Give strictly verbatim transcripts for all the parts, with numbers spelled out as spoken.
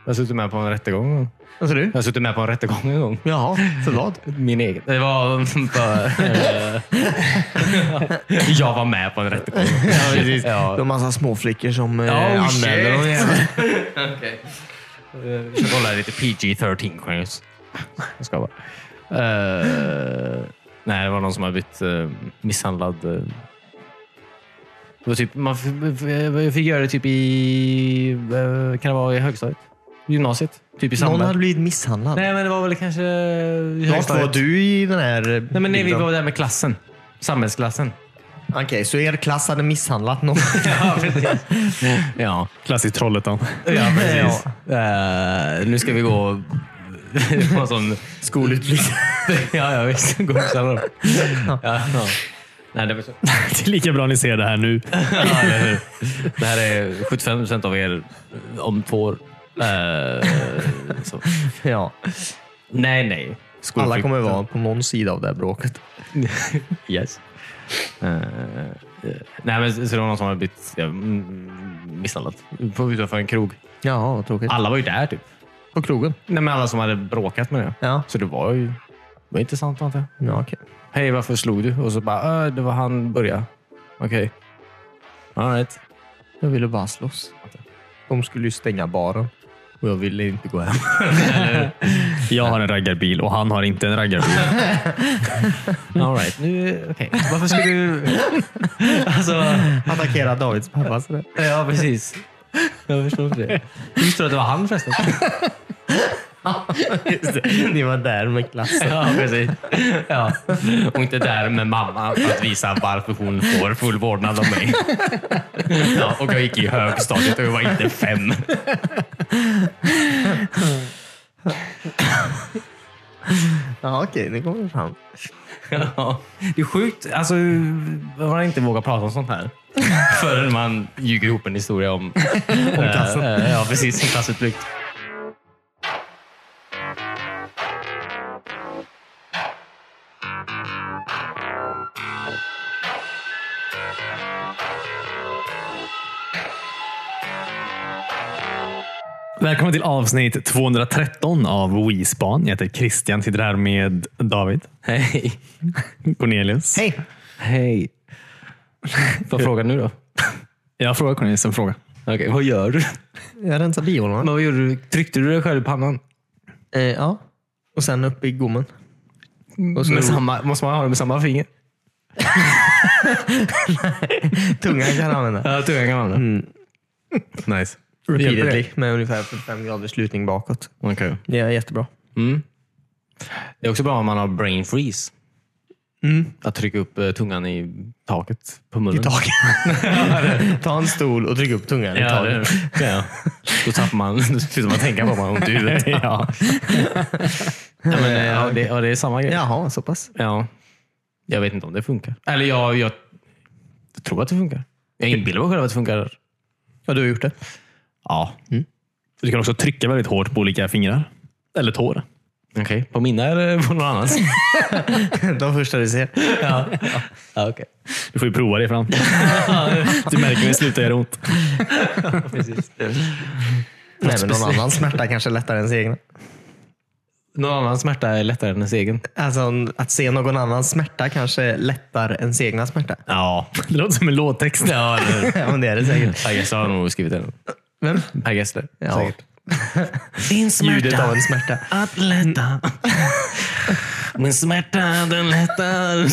Jag har suttit med på en rättegång. Vad sa du? Jag har suttit med på en rättegång en gång. Jaha, för vad? Min egen. Det var för, jag var med på en rättegång. Ja, precis. Ja. Det var massa små flickor som eh, Oh, anmälde dem. Okej. Vi ska kolla lite P G tretton chans. Jag ska bara. Uh, nej, det var någon som har blivit uh, misshandlad. Uh. Det var typ, man f- fick göra det typ i, uh, kan det vara i högstadiet? Gymnasiet? Typ i samband. Någon hade blivit misshandlad. Nej, men det var väl kanske i Vart var du i den här? Nej, men nej, vi var där med klassen. Samhällsklassen. Okej, okay, så er klass hade misshandlat någon? Ja, precis. Ja. Klassiskt Trollhättan. Ja, precis. Ja. Uh, nu ska vi gå på en sån skolutflykt. ja, ja, visst. Gå ja, ja. Nej, det, var så. Det är lika bra ni ser det här nu. Ja, det, det här är sjuttiofem procent av er om två år. Uh, så. Ja. Nej, nej. Skolflykt. Alla kommer vara på någon sida av det här bråket. Yes. Uh, uh, nej, men så det var någon som hade blivit ja, misshandlad på utanför en krog. Ja, vad tråkigt. Alla var ju där typ. På krogen? Nej, men alla som hade bråkat med det. Ja. Så det var ju var intressant, antar jag. Ja, okej. Hej, varför slog du? Och så bara, det var han började. Okej. Okay. All right. Jag ville bara slåss. De skulle ju stänga baren. Och jag ville inte gå hem. Jag har en raggarbil och han har inte en raggarbil. All right. Nu, okej. Okay. Varför ska du alltså attackera Davids pappa? Så ja, precis. Jag förstår det. Du förstår att det var han förresten. Just det. Ni var där med klassen. Ja, precis. Ja. Och inte där med mamma för att visa varför hon får full vårdnad av mig. Ja, och jag gick i högstadiet och jag var inte fem. Ja, okej. Nu kommer vi fram. Ja, det är sjukt. Alltså, man inte vågar prata om sånt här. Förrän man ljuger ihop en historia om, om klassen. Äh, ja, precis. En klassutflykt. Välkommen till avsnitt tvåhundratretton av WeSpan. Jag heter Christian, sitter här med David. Hej. Cornelius. Hej. Hej. Vad frågar nu då? Jag frågar Cornelius en fråga. Okej, okay, vad gör du? Jag rensar biorna. Men vad gjorde du? Tryckte du dig själv i pannan? Eh, ja. Och sen upp i gommen. Och så med samma, måste man ha det med samma finger? Tungan kan jag använda. Ja, tungan kan man använda. Mm. Nice. Repeatedly med ungefär fyrtiofem graders slutning bakåt. Okay. Det är jättebra. Mm. Det är också bra om man har brain freeze. Mm. Att trycka upp uh, tungan i taket på munnen. I taket. Ta en stol och trycka upp tungan ja, i taket. Det, ja. Då tappar man, då slutar man tänka på att man har ont i huvudet. Ja. Ja, men, ja, det, ja, det är samma grej. Jaha, så pass. Ja. Jag vet inte om det funkar. Eller jag, jag, jag tror att det funkar. Jag inbillar mig själv att det funkar. Ja, du har gjort det. Ja. Mm. Du kan också trycka väldigt hårt på olika fingrar. Eller tår. Okej, okay. På mina eller på någon annans? De första du ser. Ja, ja okay. Du får ju prova det fram. Du märker när det slutar göra ont. Ja, precis. Nej, men någon annan smärta kanske är lättare än ens egen. Någon annan smärta är lättare än ens egen. Alltså att se någon annans smärta kanske lättare än ens egna smärta. Ja, det låter som en låttext. Ja, det, ja men det är det säkert. Per Gessler har nog skrivit den. Vem? Per Gessler. Ja. Säkert. Din smärta. Ljudet av en smärta. Att lätta. Min smärta den lättar.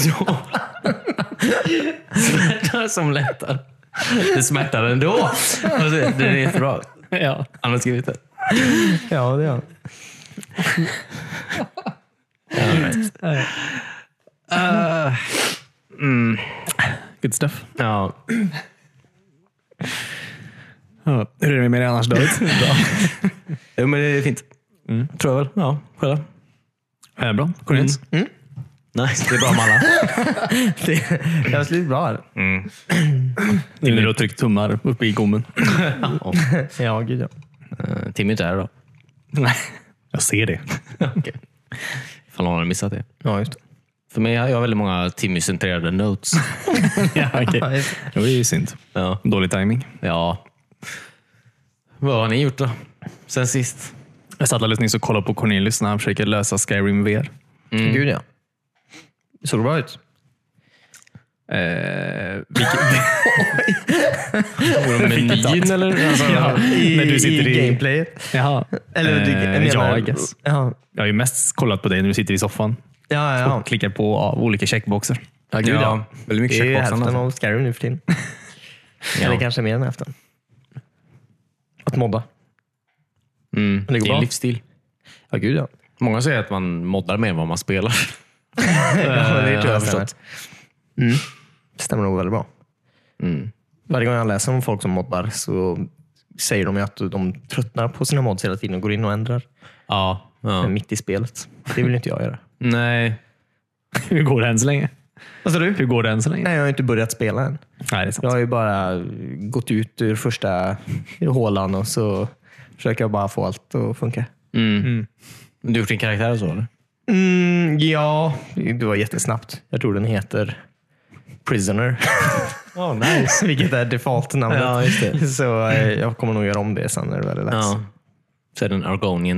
Smärta som lättar. Det smärtar ändå. Det är jättebra. Ja. Han har skrivit det. Ja, det är ja, right. uh, mm. Good stuff. Ja. Ja, hur är det med dig annars, David? Bra. Jo, men det är fint. Mm. Tror jag väl. Ja, själva. Är det bra? Cornelius? Mm. Mm. Nice, det är bra med alla. det, det har blivit bra här. Mm. Nu när du har tryckt tummar uppe i gommen. Ja, ja gud ja. Uh, Tim är inte här då. Nej, jag ser det. Okay. Ifall någon har missat det. Ja, just det. För mig har jag väldigt många Timmy-centrerade notes. Ja, okay. Det är ju synd. Ja. Dålig timing. Ja. Vad har ni gjort då? Sen sist? Jag satt alldeles nyss och kollade på Cornelius när han försöker lösa Skyrim V R. Mm. Gud ja. Det såg bra ut. Eh, vilket... Menyn eller? Alltså, Ja, i, när du sitter i i- gameplayet. Jaha. Eller du, Eh, jag menar, ja, I guess. Ja, Jag har ju mest kollat på dig när du sitter i soffan ja, ja. och klickar på av olika checkboxar. Ja, gud, ja. väldigt mycket Det är checkboxar. hälften Alltså. av Skyrim nu för tiden. Ja. Eller kanske mer än hälften. Att modda. Mm. det Det går är bra. en livsstil. Ja, gud ja. Många säger att man moddar mer än vad man spelar. ja det har tror jag jag förstått. stämmer. Mm. Det stämmer nog väldigt bra. Mm. Varje gång jag läser om folk som moddar så säger de ju att de tröttnar på sina mods hela tiden och går in och ändrar Ja. ja. mitt i spelet. Det vill inte jag göra. Nej. Hur går det än så länge? Vad sa du? Hur går det än så länge? Nej, jag har inte börjat spela än. Nej, det är sant. Jag har ju bara gått ut ur första hålan och så försöker jag bara få allt att funka. Mm. Mm. Du har gjort din karaktär och så eller? Mm, ja, det var jättesnabbt. Jag tror den heter Prisoner. Oh, nice. Vilket är default-namnet. Ja, just det. Så eh, jag kommer nog göra om det sen när det väl är dags. Ja. Så är det en Argonian...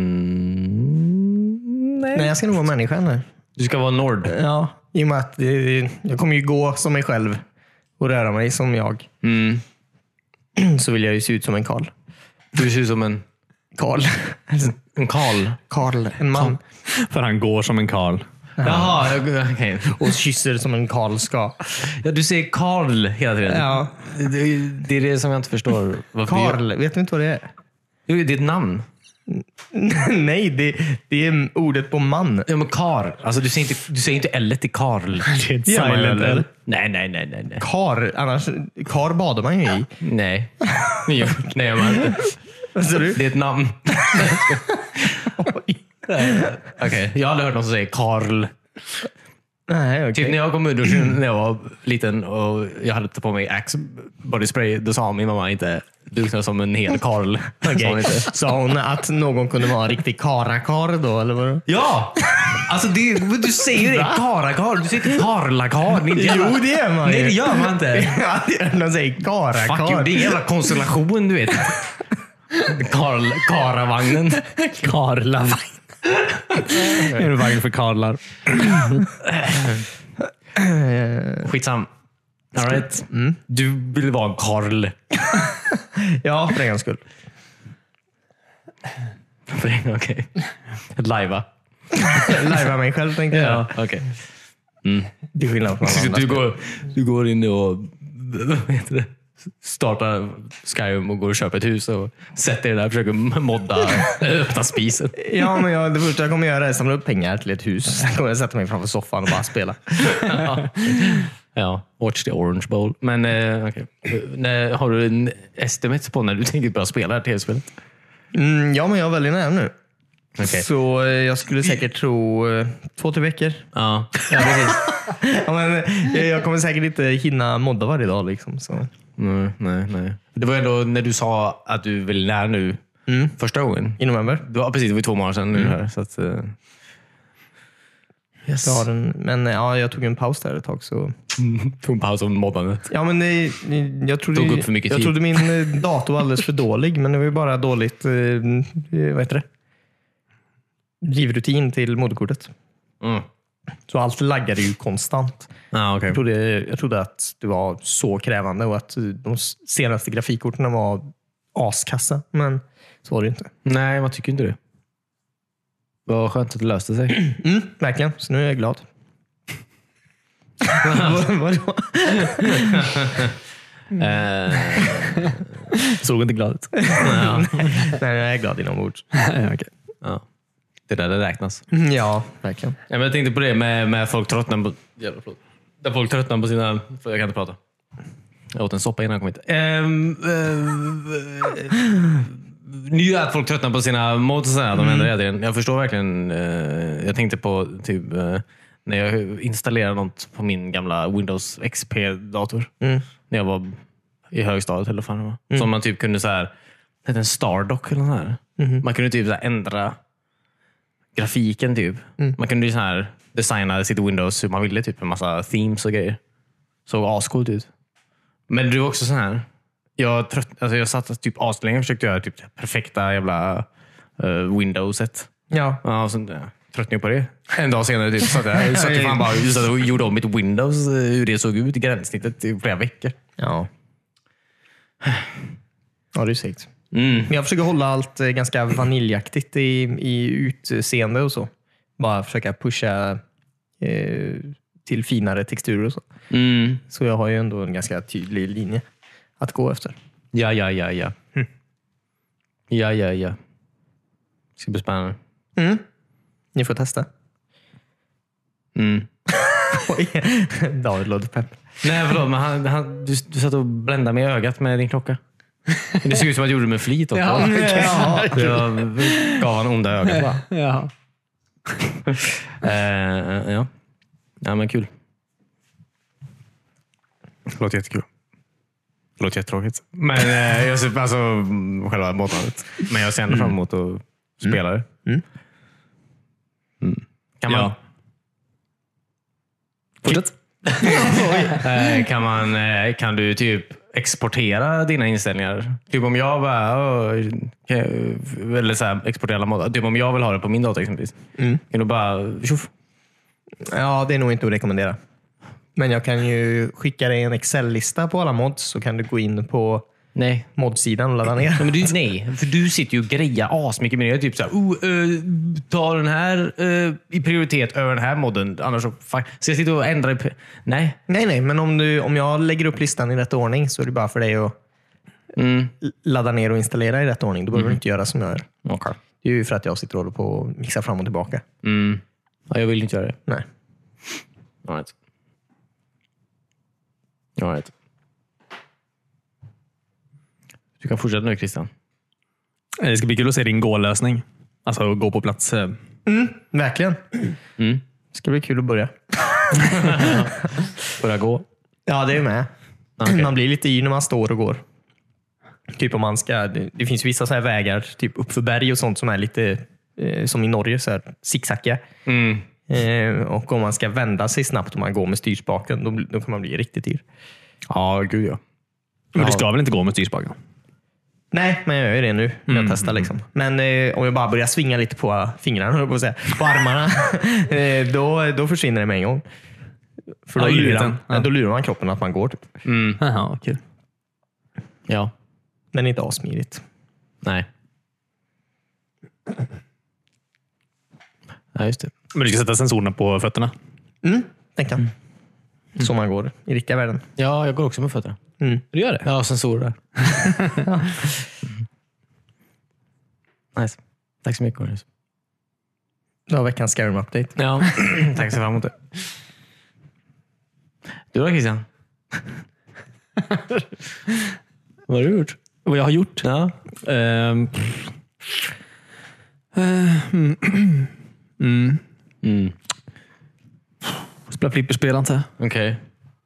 Nej. Nej, jag ska nog vara människa nu. Du ska vara Nord. Ja, i och med att det, jag kommer ju gå som mig själv och röra mig som jag. Mm. Så vill jag ju se ut som en Karl. Du ser ut som en... Karl. En Karl. Karl, en man. För han går som en karl. Jaha, okej. Okay. Och kysser som en Karl ska. Ja, du säger Karl hela tiden. Ja. Det, det är det som jag inte förstår. Varför du gör- Karl, vet du inte vad det är? Jo, det är ett namn. Nej, det, det är ordet på man. Ja, men Karl. Alltså, du säger inte, du säger inte L till Karl. Det är ett gör man ju, silent eller? L. Nej, nej, nej, nej. nej. Kar, annars, kar badar man ju i. Nej. Jo, nej, man inte. Vad sa du? Det är ett namn. Okej, okay. Jag har aldrig hört någon som säger Karl. Nej, okej. Typ när jag kom ur duschen när jag var liten och jag hade tagit på mig Axe body spray, då sa min mamma inte du luktar som en hel Karl. Okej. Sa hon inte. Sa hon att någon kunde vara en riktig karakar då, eller vad? Ja! Alltså det, du säger ju det, karakar. Du säger inte karlakar. Det är inte jävla- Jo, det är man ju. Nej, det gör man inte. Ja, det är de säger karakar. Fuck you, det är en jävla konstellation, du vet. Karl, Karavagnen. Karla. Är du vagn för karlar? Skitsam. All right. Du vill vara en Karl. Ja, för en gångs skull. Okej. Okay. Lajva. Lajva mig själv, tänkte jag. Ja, okej. Det är skillnad från alla Så andra. du går, du går in och vad heter det? Startar Skyrim och går och köper ett hus och sätter dig där och försöker modda öppna spisen. Ja, men jag, det första jag kommer göra är att samla upp pengar till ett hus. Sen kommer jag sätta mig framför soffan och bara spela. Ja, ja watch the Orange Bowl. Men eh, okay. när, har du en estimate på när du tänker börja spela det här tv-spelet? Mm, ja, men jag är väldigt nära nu. Okay. Så eh, jag skulle säkert tro eh, två, tre veckor. Ja, ja precis. Ja, men, eh, jag kommer säkert inte hinna modda varje dag. Liksom, så. Nej, nej, nej. Det var ändå när du sa att du vill lära nu Mm. första gången. I november. Det var precis, det var två månader sedan nu här. Så att, uh, yes. Jag har en, men ja, jag tog en paus där ett tag. Så. Tog en paus om moddandet. Ja, men det, jag, trodde, Tog upp för mycket jag tid. trodde min eh, dator var alldeles för dålig, men det var ju bara dåligt eh, vad heter det? Drivrutin till moderkortet. Mm. Så allt laggade ju konstant. Ah, okay. Jag trodde, jag trodde att det var så krävande och att de senaste grafikkorten var askassa, men så var det inte. Nej, man tycker inte det. Vad skönt att det löste sig. Mm, verkligen, så nu är jag glad. Vad- vadå? Eh, Såg inte glad ut. ja. Nej, jag är glad inombords. Okej. Ja. Det där det räknas. Ja, verkligen. Ja, men jag tänkte på det med, med folk tröttnar på... Jävla förlåt. Där folk tröttnar på sina... Jag kan inte prata. Jag åt en soppa innan jag kom hit. Um, Nu att folk tröttnar på sina mods och sådär, de ändrar hela tiden. Jag förstår verkligen. Uh, jag tänkte på typ uh, när jag installerade något på min gamla Windows X P-dator. Mm. När jag var i högstadiet eller vad fan det var. Mm. Som man typ kunde så här... Det hette en Stardock eller något här. Mm. Man kunde typ så här ändra grafiken typ. Mm. Man kunde ju så här designa sitt Windows hur man ville, typ en massa themes och grejer. Såg ascoolt ut. Men det var också så här, Jag, trött, alltså jag satt typ aslänge och försökte göra typ det perfekta jävla uh, Windowset. Ja. Ja, och så ja, tröttnade jag på det. En dag senare typ, satt jag, jag satt ju fan bara satt och gjorde om mitt Windows, hur det såg ut i gränssnittet i flera veckor. Ja. Ja, det är säkert. Mm. Men jag försöker hålla allt eh, ganska vaniljaktigt i, i utseende och så. Bara försöka pusha eh, till finare texturer och så. Mm. Så jag har ju ändå en ganska tydlig linje att gå efter. Ja, ja, ja, ja. Mm. Ja, ja, ja. Det ska bli spännande. Mm. Ni får testa. Mm. Oj, David låter pepp. Nej, förlåt, men han, han, du, du satt och bländade med ögat med din klocka. Det ser ut som att du gjorde det med flit också. Ja, ja. Jag gav han onda ögat bara. Ja. uh, ja. Ja, men kul. Det låter jättekul. Det låter jättetråkigt. Men uh, jag ser alltså själva måtandet. Men jag ser ändå fram emot att spela det. Mm. Mm. Kan man... Ja. Fortsätt. uh, kan man... Uh, kan du typ exportera dina inställningar? Typ om jag bara... Oh, kan jag, eller så här, exportera alla mått. Typ om jag vill ha det på min dator exempelvis. Mm. Kan du bara... Tjoff. Ja, det är nog inte att rekommendera. Men jag kan ju skicka dig en Excel-lista på alla mods, så kan du gå in på Nej. modsidan och ladda ner. Nej, men du, nej, för du sitter ju och grejar asmycket med det. Typ såhär, oh, uh, ta den här uh, i prioritet över den här modden. Annars så, fuck. Så jag sitter och ändrar i... Nej. Nej, nej, men om, du, om jag lägger upp listan i rätt ordning så är det bara för dig att Mm. ladda ner och installera i rätt ordning. Då behöver Mm. du inte göra som jag gör. Okay. Det är ju för att jag sitter och håller på och mixar fram och tillbaka. Mm. Ja, jag vill inte göra det. Nej. All right. All right. Du kan fortsätta nu, Christian. Det ska bli kul att se din gå-lösning. Alltså gå på plats. Mm, verkligen. Mm. Det ska bli kul att börja. Börja gå. Ja, det är med. Okay. Man blir lite yr när man står och går. Typ om man ska... Det, det finns vissa så här vägar typ uppför berg och sånt som är lite eh, som i Norge, så här zigzackiga. Mm. Eh, och om man ska vända sig snabbt om man går med styrspaken, då, då kan man bli riktigt yr. Ja, gud ja. Men Ja. du ska väl inte gå med styrspaken? Nej, men jag gör ju det nu när jag Mm. testar. Liksom. Men eh, om jag bara börjar svinga lite på fingrarna, höll jag på att säga, på armarna, eh, då, då försvinner det med en gång. För då, Ja, lurar, yrligheten. Ja. då lurar man kroppen att man går. Typ. Mm. Jaha, kul. Ja. Men det är inte asmidigt. Nej. Ja, just det. Men du ska sätta sensorerna på fötterna? Mm, tänk mm. Så man går i riktiga världen. Ja, jag går också med fötterna. Mm. Du gör det? Ja, sensorer där. Ja. Nice. Tack så mycket, Cornelius. Det var veckans Skyrim-update. Ja, tack så fram emot det. Du då, Christian? Vad har du gjort? Vad jag har gjort? Ja. Ehm, eh, mm, mm. Mm. Spela flipperspel, antar jag. Okej.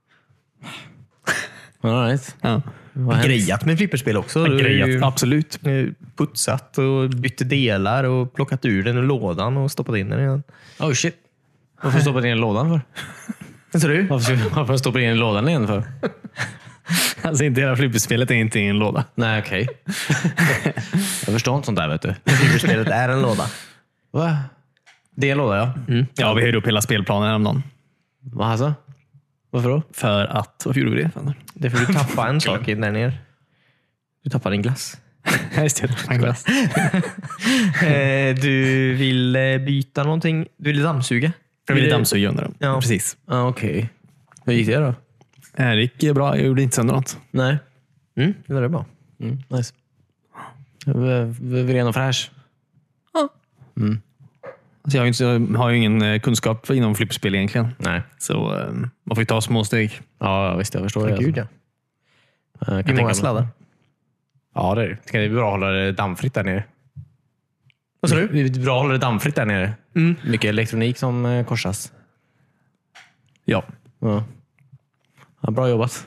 Okay. All right. Ja. Vad har hänt? Grejat med flipperspel också. Du har Grejat, ju absolut. putsat och bytt delar och plockat ur den ur lådan och stoppat in den igen. Oh shit. Varför stoppar du in lådan för? Vad sa du? Varför, varför stoppar du in lådan igen för? Alltså inte hela flipperspelet är inte i en låda. Nej, okej. Okay. Jag förstår inte sånt där, vet du. Flipperspelet är en låda. Va? Det är en låda, ja. Mm. Ja, vi höjde upp hela spelplanen häromdagen. Vad alltså? Varför då? För att... Varför gjorde vi det? Fan. Det är för du tappar en sak där nere. Du tappar din glass. Just det. Glass. Eh, du vill eh, byta någonting. Du vill dammsuga. Jag ville dammsuga under dem. Ja. Precis. Ah, okej. Okay. Hur gick det då? Det gick bra. Jag gjorde inte sönder något. Nej. Mm, det var det bra. Mm, nice. Vi är ren och fräsch. Ja. Mm. Alltså jag, har ju inte, jag har ju ingen eh, kunskap inom flipperspel egentligen. Nej. Så eh, man får ju ta små steg. Ja, visst. Jag förstår Åh, det. gud, ja. Alltså. Hur många sladdar? Ja, det är det. Det är bra att hålla det dammfritt där nere. Vad sa du? Det är bra att hålla det dammfritt där nere. Mm. Mycket elektronik som eh, korsas. Ja. Ja. Ja, bra jobbat.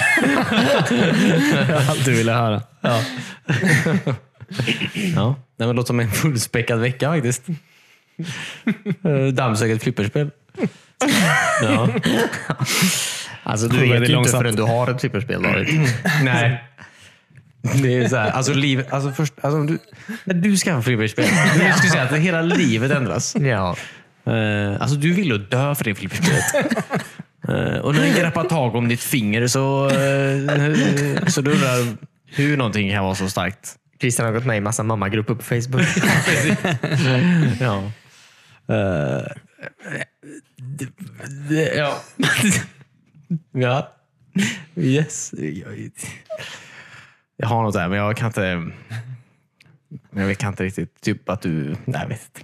Allt du ville höra. Ja. Ja. Nej, men det låter som en fullspäckad vecka faktiskt. Dammsög ett flipperspel. Ja. Alltså, du Kommer vet det ju inte långsamt. förrän du har ett flipperspel, David. Nej. Det är så här, alltså livet, alltså först, alltså du, när du skaffar flipperspel, du skulle säga att hela livet ändras. Ja. Uh, alltså du vill ju dö för det flipperspelet. uh, och när den greppar tag om ditt finger så, uh, så du undrar hur någonting kan vara så starkt. Christian har gått med i massa mammagrupper på Facebook. Ja. Uh, det, det, ja. Ja. Yes. Jag, jag har något där, men jag kan inte. Jag kan inte riktigt. Typ att du. Nej, jag vet inte.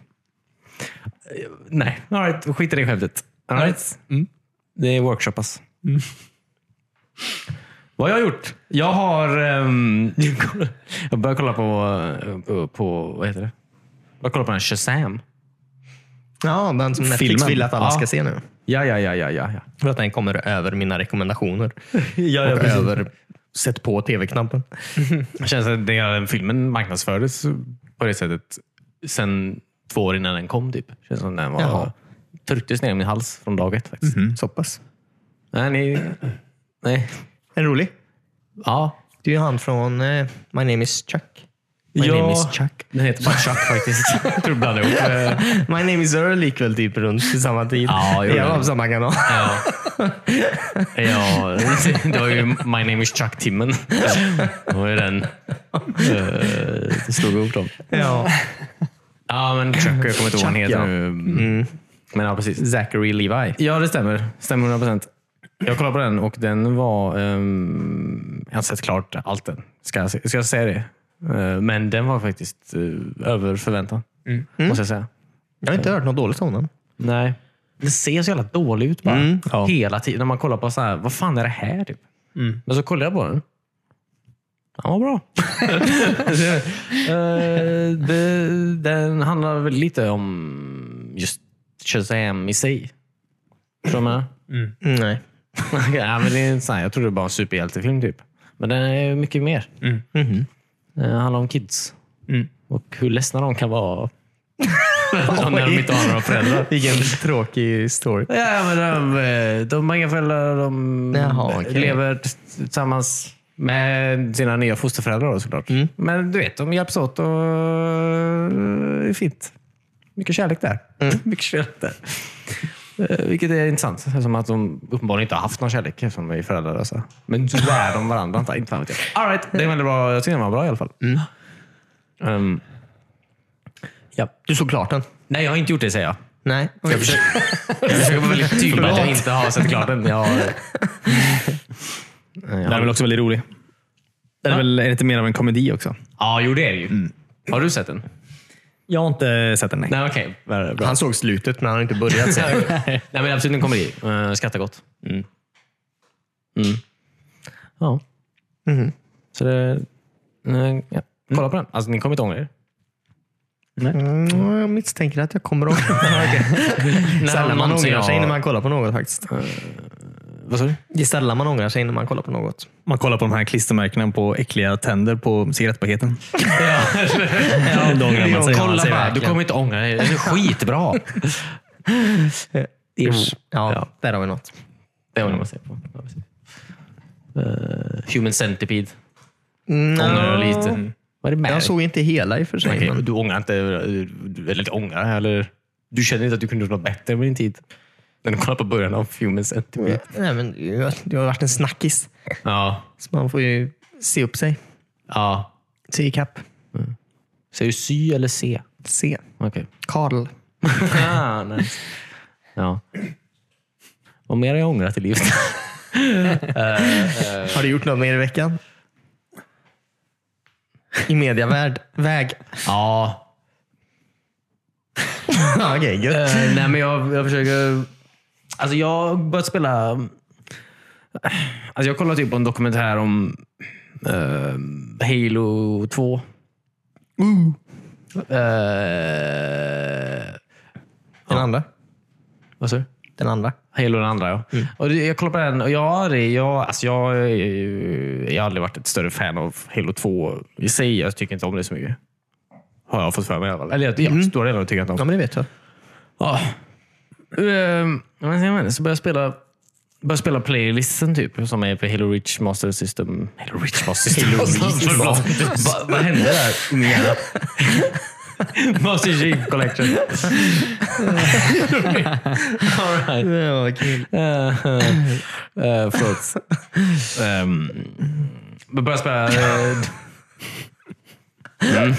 Nej, all right, skit i det skämtet. All right. Mm. Det är workshopas. Mm. Vad jag har gjort? Jag har. Um, jag börjar kolla på, på, på. Vad heter det? Jag börjar kolla på den Shazam. Ja, den som Netflix Filmen. vill att alla Ja. ska se nu. Ja, ja, ja, ja, ja. För att den kommer över mina rekommendationer. ja, och precis. över sätt på tv-knappen. Det känns att den filmen marknadsfördes på det sättet sen två år innan den kom. Typ. Det känns som den var Jaha. trycktes ner i min hals från dag ett. Faktiskt. Mm. Så pass. Nej, ni, nej. En rolig. Ja. Det är ju han från uh, My Name is Chuck. My Ja. name is Chuck. Den heter bara Chuck faktiskt. Jag tror du blandar ihop. My Name is Earl gick väl typ runt i samma tid. Ja, jo, det var jo. på samma kanal. Ja. Ja, det var ju My Name is Chuck-timmen. Det var ju den. Uh, det slog ihop dem. Ja. Ja, men Chuck, jag kommer inte ihåg vad han Chuck, heter ja. nu. Mm. Men ja, precis. Zachary Levi. Ja, det stämmer. Stämmer hundra procent. Jag kollade på den och den var... Um, jag har sett klart allt den. Ska jag, ska jag säga det? Uh, men den var faktiskt uh, över förväntan. Mm. Måste jag säga. Jag har inte hört något dåligt om den. Nej. Det ser så jävla dåligt ut bara. Mm, ja. Hela tiden. När man kollar på så här, vad fan är det här? Typ? Mm. Men så kollar jag på den. Den var bra. uh, det, den handlar väl lite om just Shazam i sig. Tror man? Mm, nej. Ja, men det är så här, jag tror det är bara en superhjältefilm typ. Men den är mycket mer. Mm. Mm-hmm. Den handlar om kids. Mm. Och hur ledsna de kan vara. När de inte har några föräldrar. Vilken tråkig story. Ja, men de, de har inga föräldrar. De Jaha, okej. lever tillsammans med sina nya fosterföräldrar då, såklart. Mm. Men du vet, de hjälps åt och det är fint. Mycket kärlek där. Mm. Mycket kärlek där. Eh, Vilket är intressant. Som att de uppenbarligen inte har haft någon kärlek eftersom de är föräldralösa. Men så är de varandra. Inte, inte fan vet jag. All right, det är väldigt bra. Jag tycker den var bra i alla fall. Mm. Um, ja. Du såg klart den? Nej, jag har inte gjort det, säger jag. Nej. Jag försöker, jag försöker vara väldigt tydlig att jag inte har sett klart den. Jag har, Den är väl också väldigt rolig. Den är Va? väl är det inte mer av en komedi också? Ja, jo det är det ju. Mm. Har du sett den? Jag har inte sett den, nej. Nej, okej. Okay. Bra. Han såg slutet, men han har inte börjat se. Nej, men absolut en komedi. Uh, skrattar gott. Mm. Mm. Ja. Mhm. Så det... Uh, ja. Kolla på den. Alltså, ni kommer inte ångra er. Mm, jag misstänker att jag kommer ihåg. Sällan man ångrar sig när man kollar på något faktiskt. Uh, vad sa du? Det är sällan man ångrar sig när man kollar på något. Man kollar på de här klistermärkena på äckliga tänder på cigarettpaketen. Ja. Ja, då ångrar man sig. Kolla sig bara. Du verkligen. kommer inte ångra dig. Det är skitbra. Ish. Ja, Ja. där har vi något. Det var det man ser på. Ja, precis. Uh, Human Centipede. Mm, Ångrar du lite? Vad är det med jag dig? såg inte hela i och för sig. Okej, men- du ångrar inte, eller inte ångrar, eller du känner inte att du kunde gjort något bättre med din tid? När du kollar på början av Human Centipede. Nej, men det har varit en snackis. Ja, Så man får ju se upp sig. ja. Se ikapp. Säger du sy eller C? Se. Okej. Karl. Ah, nice. Ja. Vad mer har jag ångrat i livet? Har du gjort något mer i veckan? I mediavärld. Väg. Ja. Ja, okej, gött. Uh, nej, men jag, jag försöker... Alltså jag har börjat spela... Alltså jag kollar typ på en dokumentär om uh, Halo två. Uh. Uh, Den andra. vad sa du? Den andra. Halo den andra, ja. Mm. Och det- jag kollar på den och ja, det, jag, alltså jag, jag har aldrig varit ett större fan av Halo två i sig. Jag tycker inte om det så mycket. Har jag fått för mig i alla fall. Eller jag, jag stora delar tycker jag inte om. Ja, men det vet jag. Ja. Um, men så började jag spela börja spela playlisten typ som är på Halo Reach Master System. Halo Reach Master System. Halo Reach Va, vad hände där? Min hjärna. Master Chief Collection. All right. Ja, kul. Uh, uh, uh, förlåt. Um, börja spela... Uh, mm.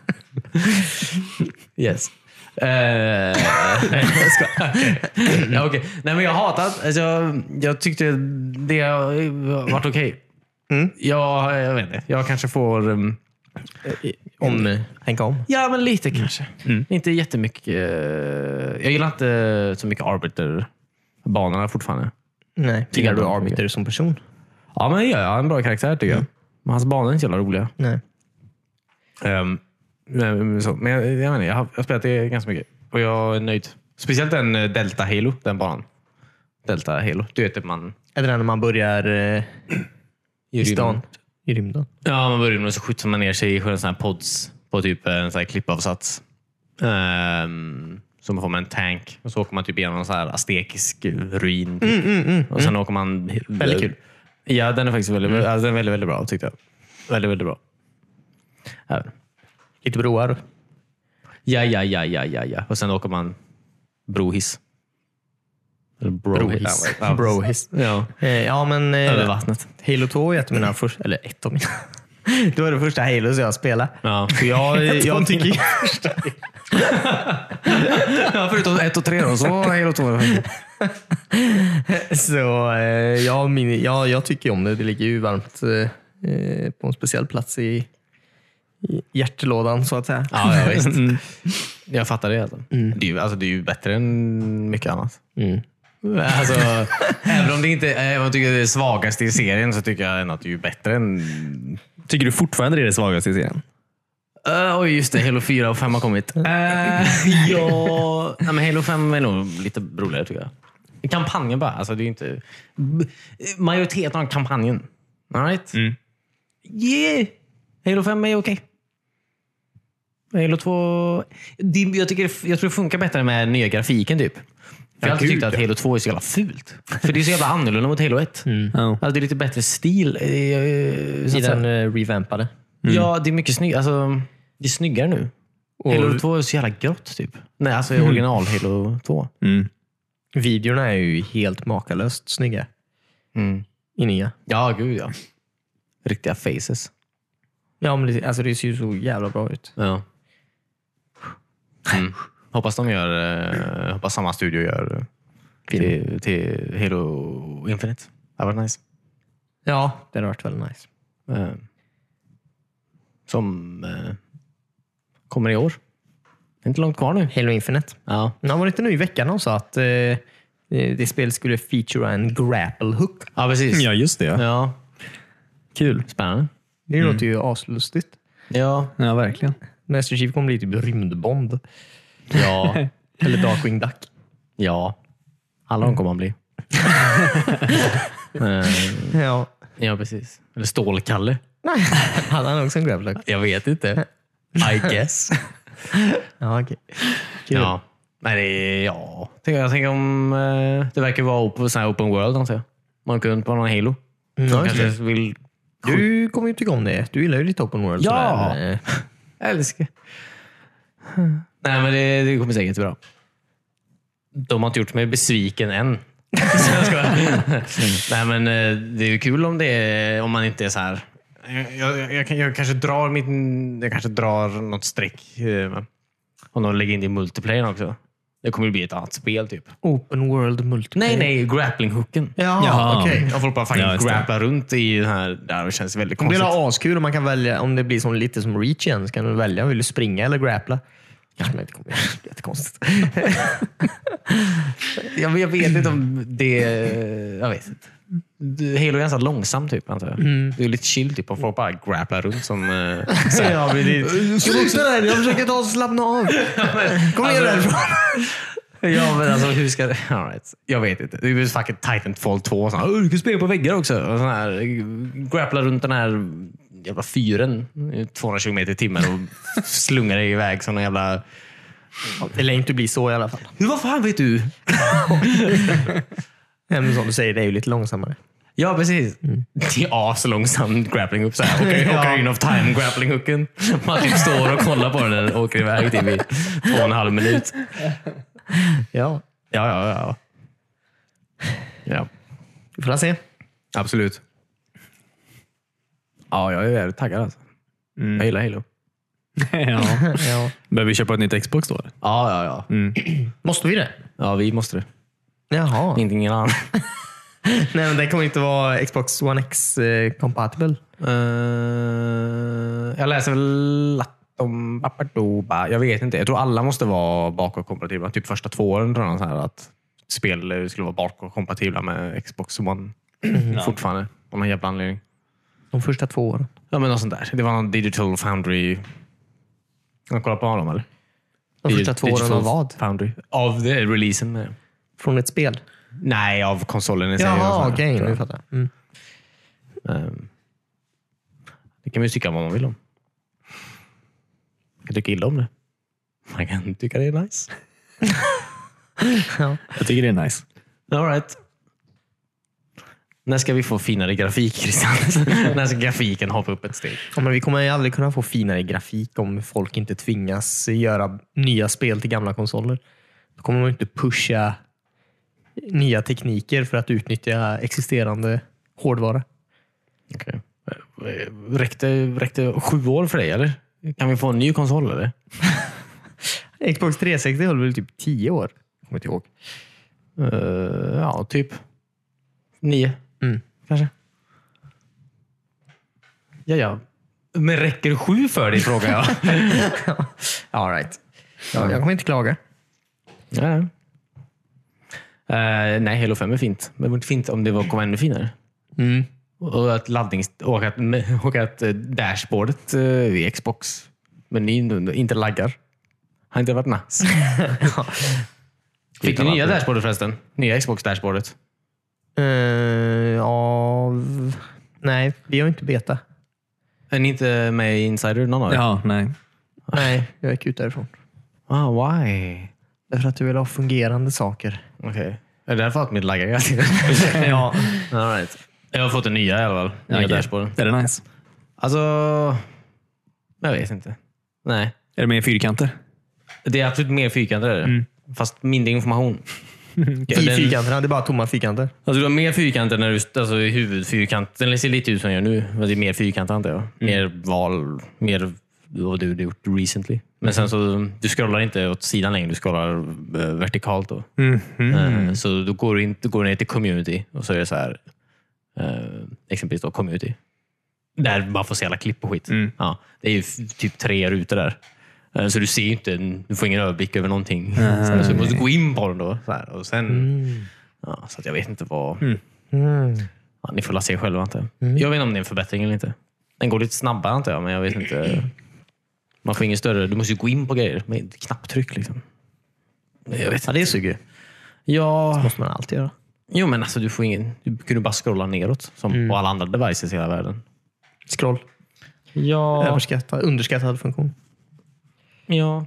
Yes. Uh, jag ska, okay. Ja, okay. Nej, men jag har hatat. Alltså, jag, jag tyckte det har varit okej. Okay. Mm. Jag, jag vet inte. Jag kanske får... Um, om tänka om. Ja, men lite kanske. Mm. Inte jättemycket. Uh, jag gillar inte så mycket Arbiter-banorna fortfarande. Nej, tycker du Arbiter som person? Ja, men jag har en bra karaktär tycker mm. jag. Men hans banor är inte så roliga. Nej. Um, Så, men jag, jag, menar, jag, har, jag har spelat det ganska mycket och jag är nöjd. Speciellt den Delta Halo, den banan. Delta Halo. Du vet att man... Är det när man börjar eh, i stan? I rymden? Ja, man börjar och så skjuter man ner sig i en sån här pods på typ en sån här klippavsats. Um, så man får med en tank och så åker man typ igenom en sån här aztekisk ruin. Typ. Mm, mm, mm, och sen mm. åker man... Väldigt kul. Ja, den är faktiskt väldigt, mm. alltså, den är väldigt, väldigt bra tyckte jag. Väldigt, väldigt bra. Ja. Lite broar. Ja, ja, ja, ja, ja, ja. Och sen åker man brohiss. Eller brohiss. Brohiss. Brohiss. Ja. Eh, ja, men... Eh, Över vattnet. Halo två är ett av mina första... Eller ett av mina... Då är det första Halo som jag spelar. Ja. För jag, jag tycker... Ja, förutom ett och tre då, så Halo två. Så eh, ja, min, ja, jag tycker om det. Det ligger ju varmt eh, på en speciell plats i... i hjärtelådan så att säga. Ja, ja visst. Mm. Jag fattar det. Alltså. Mm. Det, är ju, alltså, det är ju bättre än mycket annat. Mm. Alltså, även om det inte är, jag tycker det är svagaste i serien så tycker jag att det är bättre än... Tycker du fortfarande det är det svagaste i serien? Uh, oj, just det. Halo fyra och fem har kommit. Uh, ja, nej, men Halo fem är nog lite roligare tycker jag. Kampanjen bara. Alltså, det är inte... Majoriteten av kampanjen. All right? Mm. Yeah! Halo fem är okej. Okay. Halo två... Det, jag, tycker, jag tror det funkar bättre med nya grafiken typ. För jag har alltid tyckt att Halo två är så jävla fult. För det är så jävla annorlunda mot Halo ett. Mm. Alltså, det är lite bättre stil. Så I den uh, revampade. Mm. Ja, det är mycket snyggt. Alltså, det är snyggare nu. Och... Halo två är så jävla grått typ. Nej, alltså mm. original Halo två. Mm. Videorna är ju helt makalöst snygga. Mm. I nya. Ja, gud ja. Riktiga faces. Ja, men det, alltså det ser ju så jävla bra ut. Ja. Mm. Hoppas de gör eh, hoppas samma studio gör till, till Halo Infinite. Det var nice. Ja, det har varit väldigt nice. Eh, som eh, kommer i år. Det är inte långt kvar nu. Halo Infinite. Ja. Det var inte nu i veckan och sa att eh, det spelet skulle feature en grapple hook. Ja, precis. Ja, just det. Ja. Ja. Kul. Spännande. Det mm. låter ju aslustigt. Ja, ja verkligen. Master Chief kommer bli typ rymdbond. Ja. Eller Darkwing Duck. Ja. Alla de kommer man bli. uh, ja. Ja, precis. Eller Stålkalle. Nej, han har också en grapple hook. Jag vet inte. I guess. Ja, okej. Okay. Ja. Men det är, ja. Jag tänker om uh, det verkar vara open, sån här open world, antar jag. Man kan på någon Halo. Mm, de kanske okay. vill... Du kommer ju tycka om det. Du gillar ju lite open world. Ja, jag älskar. Nej, men det, det kommer säkert bra. De har inte gjort mig besviken än. Nej, men det är ju kul om det är, om man inte är så här. Jag, jag, jag, jag kanske drar min, jag kanske drar något streck om de lägger in det i multiplayer också. Det kommer bli ett annat spel typ. Open world multiplayer. Nej, nej, grappling-hooken. Ja, ja okej. Okay. Jag får bara faktiskt ja, grappla runt i den här. Där det känns väldigt konstigt. Det är askul om man kan välja, om det blir som, lite som Reach igen, så kan du välja, vill du springa eller grappla? Kanske man inte kommer göra. Det är jättekonstigt. jag, jag vet inte om det... Jag vet inte. Halo är ganska långsam typ, antar jag. Mm. Det är lite chill typ, och folk bara grapplar runt som... Så här, ja, men det är... Jag försöker ta och slappna av. Kom igen därifrån. Ja, men alltså hur ska det... All right. Jag vet inte. Det är ju fucking Titanfall två. Sån, du kan spela på väggar också. Och sån här, grappla runt den här jävla fyren tvåhundra kilometer i timmen och slunga dig iväg som en jävla... Det lär inte bli så i alla fall. Vad fan vet du? Ja, men som du säger, det är ju lite långsammare. Ja, precis. Mm. Det är aslångsam grappling hook. Ocarina of Time grappling hooken. Man typ står och kollar på den och åker iväg typ i två och en halv minut. Ja. Ja, ja, ja. Ja. Vi får se. Absolut. Ja, jag är väldigt taggad alltså. Mm. Jag gillar Halo. ja. ja. Behöver vi köpa ett nytt Xbox då? Ja, ja, ja. Mm. Måste vi det? Ja, vi måste det. Jaha. Inte ingen annan. Nej, men det kommer inte vara Xbox One X eh, compatible. Uh, jag läser väl att de... Jag vet inte. Jag tror alla måste vara bakåtkompatibla. Typ första två åren tror jag så här att spel skulle vara bakåtkompatibla med Xbox One. Mm. Fortfarande. Av någon jävla anledning. De första två åren? Ja, men något sånt där. Det var någon Digital Foundry. Kan kolla på honom eller? De första två åren av vad? Foundry. Av det, releasen med. Från ett spel? Nej, av konsolen i sig. Jaha, okej. Okay, nu fattar jag. Mm. Um, det kan man ju tycka vad man vill om. Man kan tycka illa om det. Man kan tycka det är nice. ja. Jag tycker det är nice. All right. När ska vi få finare grafik, Christian? När ska grafiken hoppa upp ett steg? Ja, men vi kommer ju aldrig kunna få finare grafik om folk inte tvingas göra nya spel till gamla konsoler. Då kommer man inte pusha nya tekniker för att utnyttja existerande hårdvara. Okej. Okay. Räckte, räckte sju år för dig, eller? Kan vi få en ny konsol, eller? Xbox tre sextio höll väl typ tio år? Kommer inte ihåg. Uh, ja, typ nio. Mm. Kanske. Ja, ja. Men räcker sju för dig, frågar jag. All right. Ja, jag kommer inte klaga. Ja. Uh, nej, Halo fem är fint. Men det var inte fint om det var kom ännu finare. Mm. Och att laddnings och att, och att dashboardet uh, i Xbox men inte laggar. Har inte varit nice. ja. Fick du nya dashboardet förresten? Nya Xbox-dashboardet? Uh, ja, nej, vi har inte beta. Är ni inte med i Insider? Någon av er? Ja, nej. Nej, jag gick ut därifrån. Ah, why? Därför att du vill ha fungerande saker. Okej. Okay. Är det därför att mitt laggar hela tiden? ja. All right. Jag har fått en nya i alla fall. Nya okay. dashboarden. Är det nice? Alltså, jag vet inte. Nej. Är det mer fyrkanter? Det är absolut mer fyrkanter. Mm. Fast mindre information. I fyrkanterna, det är bara tomma fyrkanter. Alltså du har mer fyrkanter när du, alltså i huvudfyrkanten. Det ser lite ut som jag gör nu. Men det är mer fyrkanter antar jag. Mm. Mer val, mer vad du har gjort recently. Men mm. sen så, du scrollar inte åt sidan längre. Du scrollar uh, vertikalt då. Mm. Mm. Uh, så du går, in, du går ner till community och så är det så här uh, exempelvis då community. Där man får se alla klipp och skit. Mm. Ja, det är ju typ tre rutor där. Så du ser inte, du får ingen överblick över någonting. Mm. Så du måste gå in på den då. Så här, och sen, mm. ja, så att jag vet inte vad... Mm. Mm. Ja, ni får la se själva, inte. Mm. Jag vet inte om det är en förbättring eller inte. Den går lite snabbare, antar jag, men jag vet inte. Man får ingen större... Du måste ju gå in på grejer med knapptryck. Liksom. Jag vet ja, det är suger. Ja. Så måste man alltid göra. Jo, men alltså, du får ingen... Du kunde bara scrolla neråt, som mm. på alla andra devices i hela världen. Scroll. Ja. Överskattad, underskattad funktion. Ja.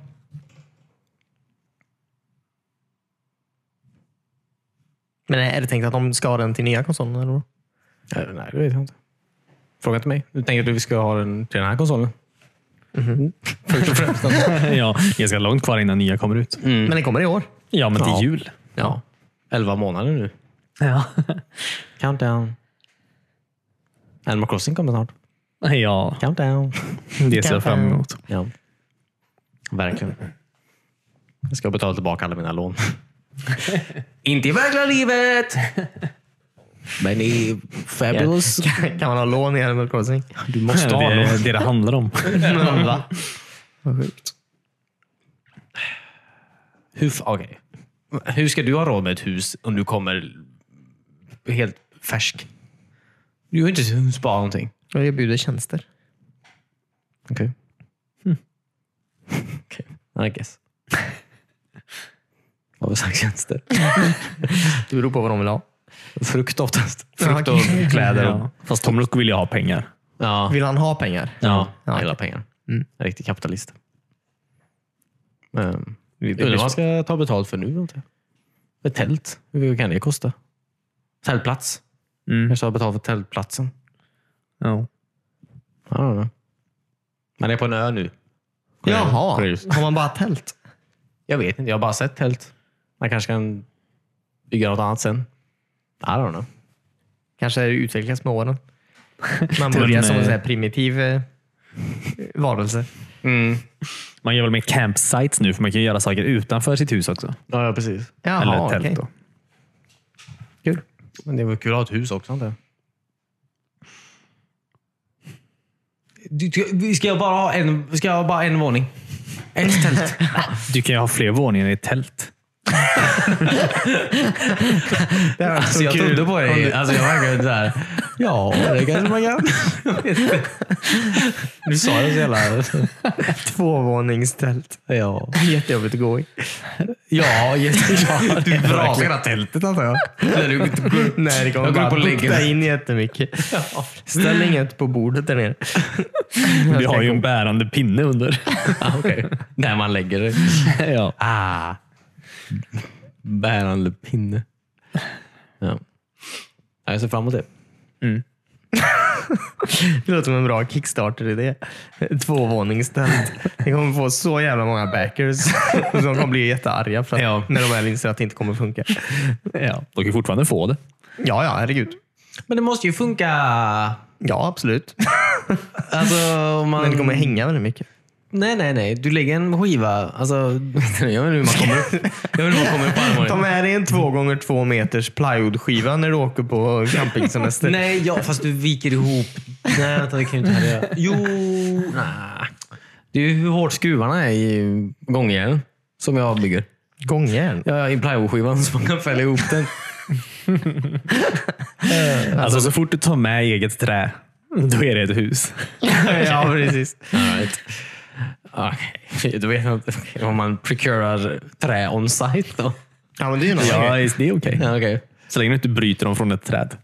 Men är det tänkt att de ska ha den till nya konsolen? Eller? Nej, det vet jag inte. Fråga inte mig. Du tänker att vi ska ha den till den här konsolen? Mm-hmm. Först och främst. ja, ganska långt kvar innan nya kommer ut. Mm. Men det kommer i år. Ja, men till ja. jul. Ja. Elva månader nu. Ja. Countdown. Animal Crossing kommer snart. Ja. Countdown. Det ser jag fram emot. Ja. Verkligen. Jag ska betala tillbaka alla mina lån. Inte i verkliga livet! Men i Fabulous... Kan, kan man ha lån i Animal Crossing? Du måste ja, ha det, lån. Det det handlar om. Men, va? Vad sjukt. Hur, okay. Hur ska du ha råd med ett hus om du kommer helt färsk? Du har inte sparat någonting. Jag erbjuder tjänster. Okej. Okay. Hmm. Okej, okay. I guess. Vad har sagt tjänster? Det beror på vad de vill ha. Frukt oftast. Frukt och kläder. Ja. Fast Tom Nook vill ju ha pengar. Ja. Vill han ha pengar? Ja, ja. hela pengar. Mm. En riktig kapitalist. Men, undrar vad man ska ta betalt för nu. Inte? Ett tält. Hur kan det kosta? Tältplats. Mm. Kanske har betalt för tältplatsen. Ja. Ja. Men det är på en ö nu. Jaha, Cruise. har man bara tält? Jag vet inte, jag har bara sett tält. Man kanske kan bygga något annat sen. I don't know. Kanske är det utvecklas med åren. Man börjar som en sån här primitiv eh, varelse. Mm. Man gör väl mer campsites nu, för man kan ju göra saker utanför sitt hus också. Ja, ja, precis. Jaha, Eller tält okej. då. Kul. Men det var kul att ha ett hus också, inte? Du, du, ska jag bara ha en, ska jag ha bara en våning? Ett tält. Du kan ju ha fler våningar i ett tält. Det var Alltså, så jag kul. trodde på det. Alltså, jag var inte där. Ja, det kanske man kan. Du sa det så jävla... Tvåvåningstält. Ja, Jättejobbigt att gå i. ja jättebra. Du brasar hela tältet, antar jag. När du går Nej, det kommer Jag går bara upp och lägger bukta mig. in jättemycket. Ställ inget på bordet där nere. Vi har ju en bärande pinne under. ah, okay. Där man lägger det. Ja. Ah. Bärande pinne. Ja. Jag ser fram emot det. Det låter som en bra Kickstarter-idé. Tvåvåningstält. Det kommer få så jävla många backers som kommer bli jättearga för att Ja. när de väl inser att det inte kommer funka. Ja. De kan ju fortfarande få det. Ja, ja, herregud. Men det måste ju funka. Ja, absolut. Alltså, om man... Men det kommer hänga väldigt mycket. Nej, nej, nej. Du lägger en skiva. Alltså, jag vet inte hur man kommer upp. Jag vet inte hur man kommer upp på Ta armhålan. med dig en två gånger två meters plywoodskiva när du åker på campingsemester. Nej, ja, fast du viker ihop. Nej, vänta, det kan ju inte heller göra. Jo, nej. Det är ju hur hårt skruvarna är i gångjärn som jag bygger. Gångjärn. Ja, i plywoodskivan så man kan fälla ihop den. Alltså så fort du tar med eget trä, då är det ett hus. Ja, precis. All right. Okej, då vet jag inte om man procurar trä on site då. Ja, men det är ju något. Ja, Ja. det är okej. Ja, okej. Så länge du inte bryter dem från ett träd.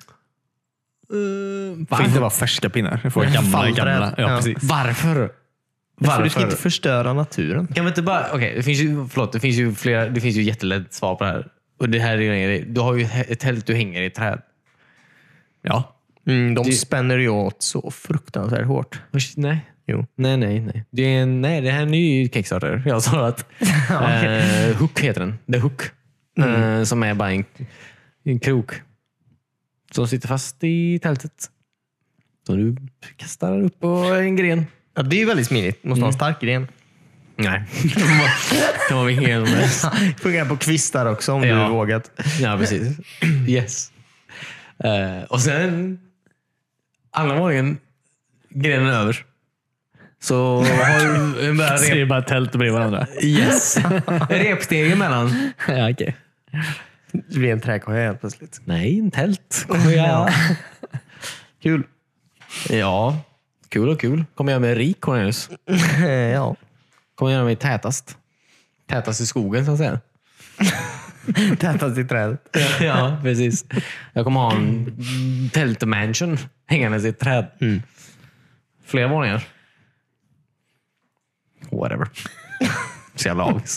Uh, Det får inte vara färska pinnar. Det får vara gamla, Fallträd. gamla. Ja, Ja. precis. Varför? För du ska inte förstöra naturen. Kan vi inte bara... Okej, det finns ju... Förlåt, det finns ju flera... Det finns ju jättelätt svar på det här. Och det här är... Du har ju ett tält du hänger i ett träd. Ja. Mm, de Det- spänner ju åt så fruktansvärt hårt. Nej. Jo. Nej, nej, nej. Det är en, nej, det här är en ny Kickstarter. Jag sa att eh, Hook heter den. The Hook. Eh, som är bara en, en krok. Som sitter fast i tältet. Så du kastar upp på en gren. Ja, det är ju väldigt smidigt. Måste ha en stark gren. Nej. kan man vinka igenom det. Fungerar på kvistar också om Ja. du är vågat. Ja, precis. Yes. Eh, och sen andra våningen, grenen över. Så har du en bara Så det är rep, bara tält bredvid varandra. yes. repsteg emellan. Ja, okej. Det blir en träkoja helt plötsligt. Nej, en tält. Ja. Kul. ja, kul och kul. Kommer jag med rik, Cornelius? Ja. Kommer jag göra mig tätast? Tätast i skogen, så att säga. Tätast i trädet. ja, precis. Jag kommer ha en tältmansion hängandes i ett träd. Mm. Flera våningar. Whatever. Så jävla avis.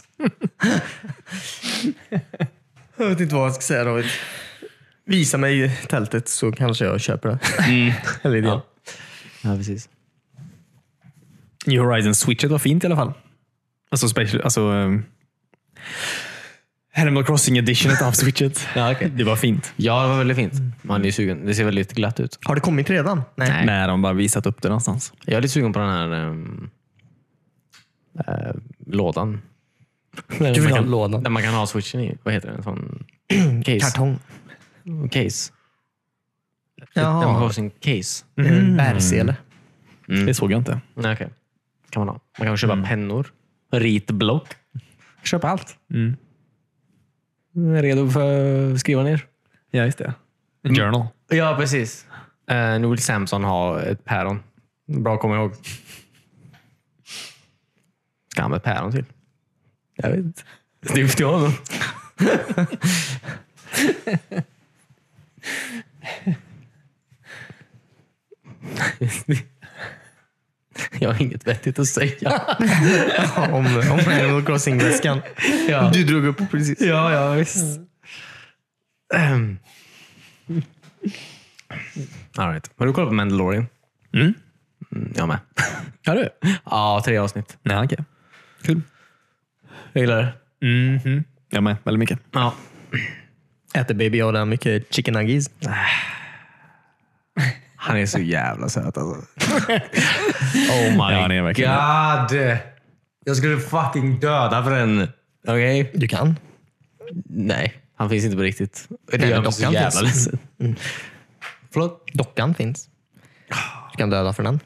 Jag vet inte vad jag ska säga, David. Visa mig tältet så kanske jag köper det. Eller idén. Ja. Ja, precis. New Horizon Switchet var fint i alla fall. Alltså, special, alltså um, Animal Crossing editionet av Switchet. Ja, okay. Det var fint. Ja, det var väldigt fint. Man är ju sugen. Det ser väldigt glatt ut. Har det kommit redan? Nej. Nej. När de bara visat upp det någonstans. Jag är lite sugen på den här um, uh, lådan. Du vill man ha kan, lådan? Där man kan ha switchen i. Vad heter det? En sån case. Kartong. Case. Jaha. Animal Crossing case. Mm. Bärsele. Mm. Det såg jag inte. Nej, okej. Kan man ha. Man kan köpa Mm. pennor. Ritblock. Köpa allt. Mm. Jag är redo för att skriva ner. Ja, just det. En journal. Ja, precis. Uh, nu vill Samson ha ett päron. Bra att komma ihåg. Ska han med ett päron till? Jag vet inte. Det är upp till honom. Jag har inget vettigt att säga. om, om Animal Crossing-väskan. Ja. Du drog upp precis. Ja, ja, visst. Um. All right. Har du kollat på Mandalorian? Mm. Mm, jag med. Har du? Ja, tre avsnitt. Nej, okej. Kul. Jag gillar det. Mm-hmm. Jag med, väldigt mycket. Ja. Äter Baby Yoda mycket chicken nuggets? Han är så jävla söt alltså. Oh my Ja, han är verkligen god. Jag skulle fucking döda för den. Okej? Okay? Du kan. Nej, han finns inte på riktigt. Det Nej, gör mig så dockan jävla finns. ledsen. Mm. Förlåt? Dockan finns. Du kan döda för den.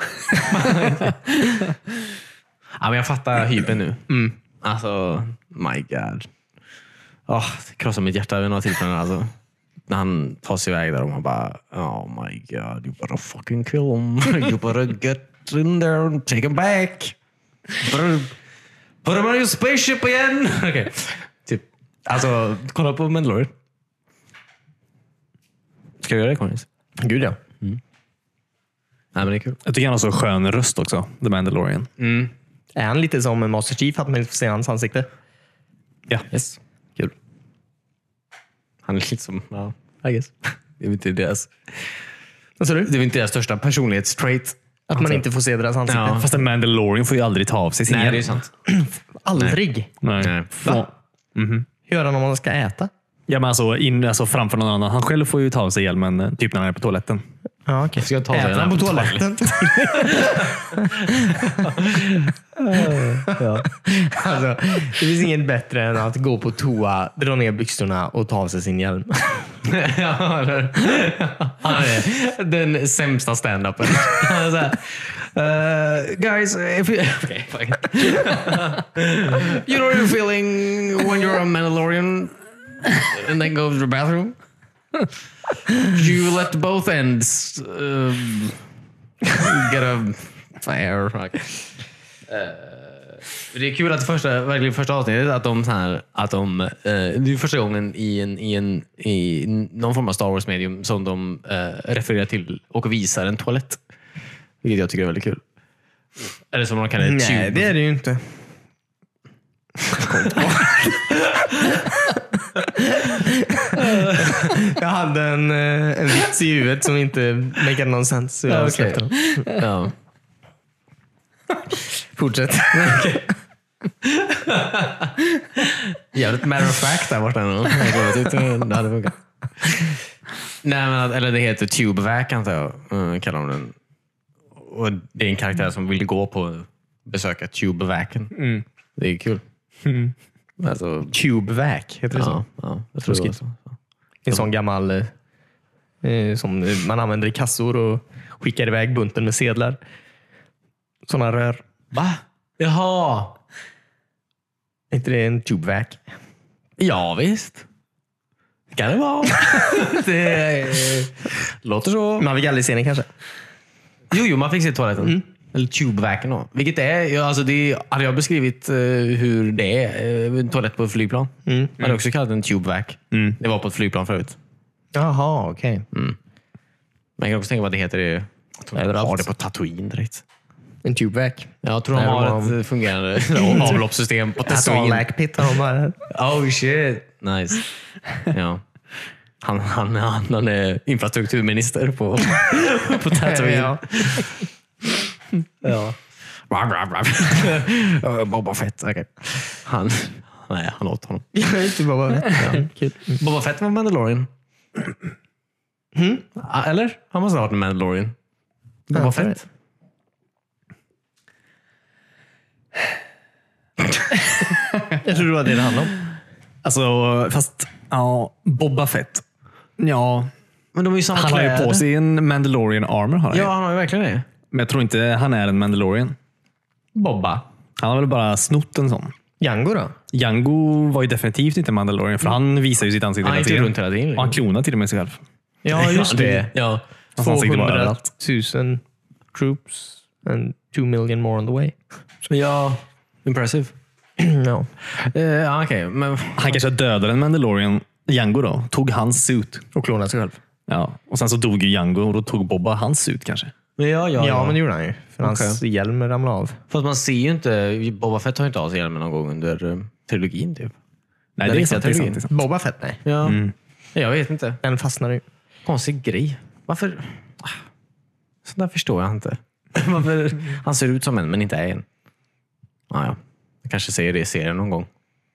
Ja, men jag fattar hypen nu. Mm. Alltså, my god. Oh, det krossar mitt hjärta vid några tillfällen. Alltså. När han tar sig iväg där och man bara, oh my god, you better fucking kill him. You better get in there and take him back. Better put him on your spaceship again. Okay. Typ, alltså, kolla på Mandalorian. Ska vi göra det, Cornelis? Gud ja. Nej, men det är kul. Jag tycker han har så skön röst också, The Mandalorian. Mm. Är han lite som Master Chief, att man inte får se hans ansikte? Ja. Yes. Kul. Han är lite som, ja, I guess. Det är inte deras, Vad sa du? det är inte deras största personlighetstrait. Att man inte får se deras ansikte? Ja. Fast en Mandalorian får ju aldrig ta av sig sin Nej, hjälm. det är sant. Aldrig. Nej. Nej. Va? Mhm. Hur gör han om man ska äta? Ja, men alltså, in, alltså framför någon annan. Han själv får ju ta av sig hjälmen eh, typ när han är på toaletten. Ja, okej. Ska jag ta sig Äter den han här på på toaletten? Ja. Alltså, det finns inget bättre än att gå på toa, dra ner byxorna och ta av sig sin hjälm. Ja, eller- Han är den sämsta stand-upen. Han är så här, uh, guys, if you, okay, fine. You know you're feeling when you're a Mandalorian and then go to the bathroom? You let both ends um, get a fire. Okay. Uh, det är kul att första, verkligen första avsnittet att de så här, att de uh, det är första gången i en i en i någon form av Star Wars medium som de uh, refererar till och visar en toalett. Vilket jag tycker är väldigt kul. Eller som man kan det. Nej, det är det ju inte. Jag hade en, eh, en vits i huvudet som inte make någon sens. Så jag Ja, släppte okej. den. Ja. Fortsätt. Jävligt matter of fact där borta. nog. Jag tyckte det hade funkat. Nej, men, att- eller det heter Tubevac antar jag. Mm, kallar de den. Och det är en karaktär som vill gå på besöka Tubevacen. Mm. Det är kul. Alltså, Tubevac, heter det så? ja, ja, jag tror det var Ruskigt. så. En sån gammal eh, som man använder i kassor och skickar iväg bunten med sedlar. Såna rör. Va? Jaha. Är inte det en tubevac? Ja, visst. Kan det vara. Det låter så. Man fick aldrig se den kanske. Jo, jo, man fick se toaletten. Mm. Eller tubevacen då. Vilket är, ja, alltså det är, hade jag beskrivit eh, hur det är, eh, en toalett på ett flygplan. Mm. Man hade också kallat den tubevac. Mm. Det var på ett flygplan förut. Jaha, okej. Men jag kan också tänka vad det heter. Det, jag tror de har det på Tatooine direkt. En tubevac. Jag tror de Nej, de har har- ett fungerande avloppssystem på En sån Tatooine. lackpit har de bara. Oh shit. Nice. Ja. Han, han, han, han är infrastrukturminister på, på Tatooine. Ja. Ja. Rav, rav, rav. Boba Fett. Okay. Han, nej, han åt honom. Jag vet inte vad det är. Kul. Boba Fett var Mandalorian. Ah, eller? Han måste ha varit en Mandalorian. Boba Ja, Fett. Jag tror det var det det handlade om. Alltså, fast ja, Boba Fett. Ja, Men de är ju samma han har ju kläder. på sig en Mandalorian armor. Har han ju. Ja, han har ju verkligen det. Men jag tror inte han är en Mandalorian. Bobba. Han har väl bara snott en sån. Django då? Django var ju definitivt inte Mandalorian, för han visar ju sitt ansikte Han hela gick tiden. runt hela tiden. Och han klonar till och med sig själv. Ja, just det. Ja. Hans ansikte var överallt. tvåhundratusen troops and two million more on the way. Ja. Impressive. Ja. Uh, ja, okej. Men Han kanske dödade en Mandalorian, Django då, tog hans suit. Och klonade sig själv. Ja. Och sen så dog ju Django och då tog Boba hans suit kanske. ja, ja, Ja, ja. men det gjorde han ju. För hans hjälm ramlade av. Fast man ser ju inte, Boba Fett har ju inte av sig hjälmen någon gång under uh, trilogin typ. Nej, Den det är riktiga sant. Det är sant, trilogin. det är sant. Boba Fett, nej. Ja. Mm. Jag vet inte. Den fastnar ju. Konstig grej. Varför? Så där förstår jag inte. Varför? Han ser ut som en, men inte är en. Ah, ja. Jag kanske säger det i serien någon gång.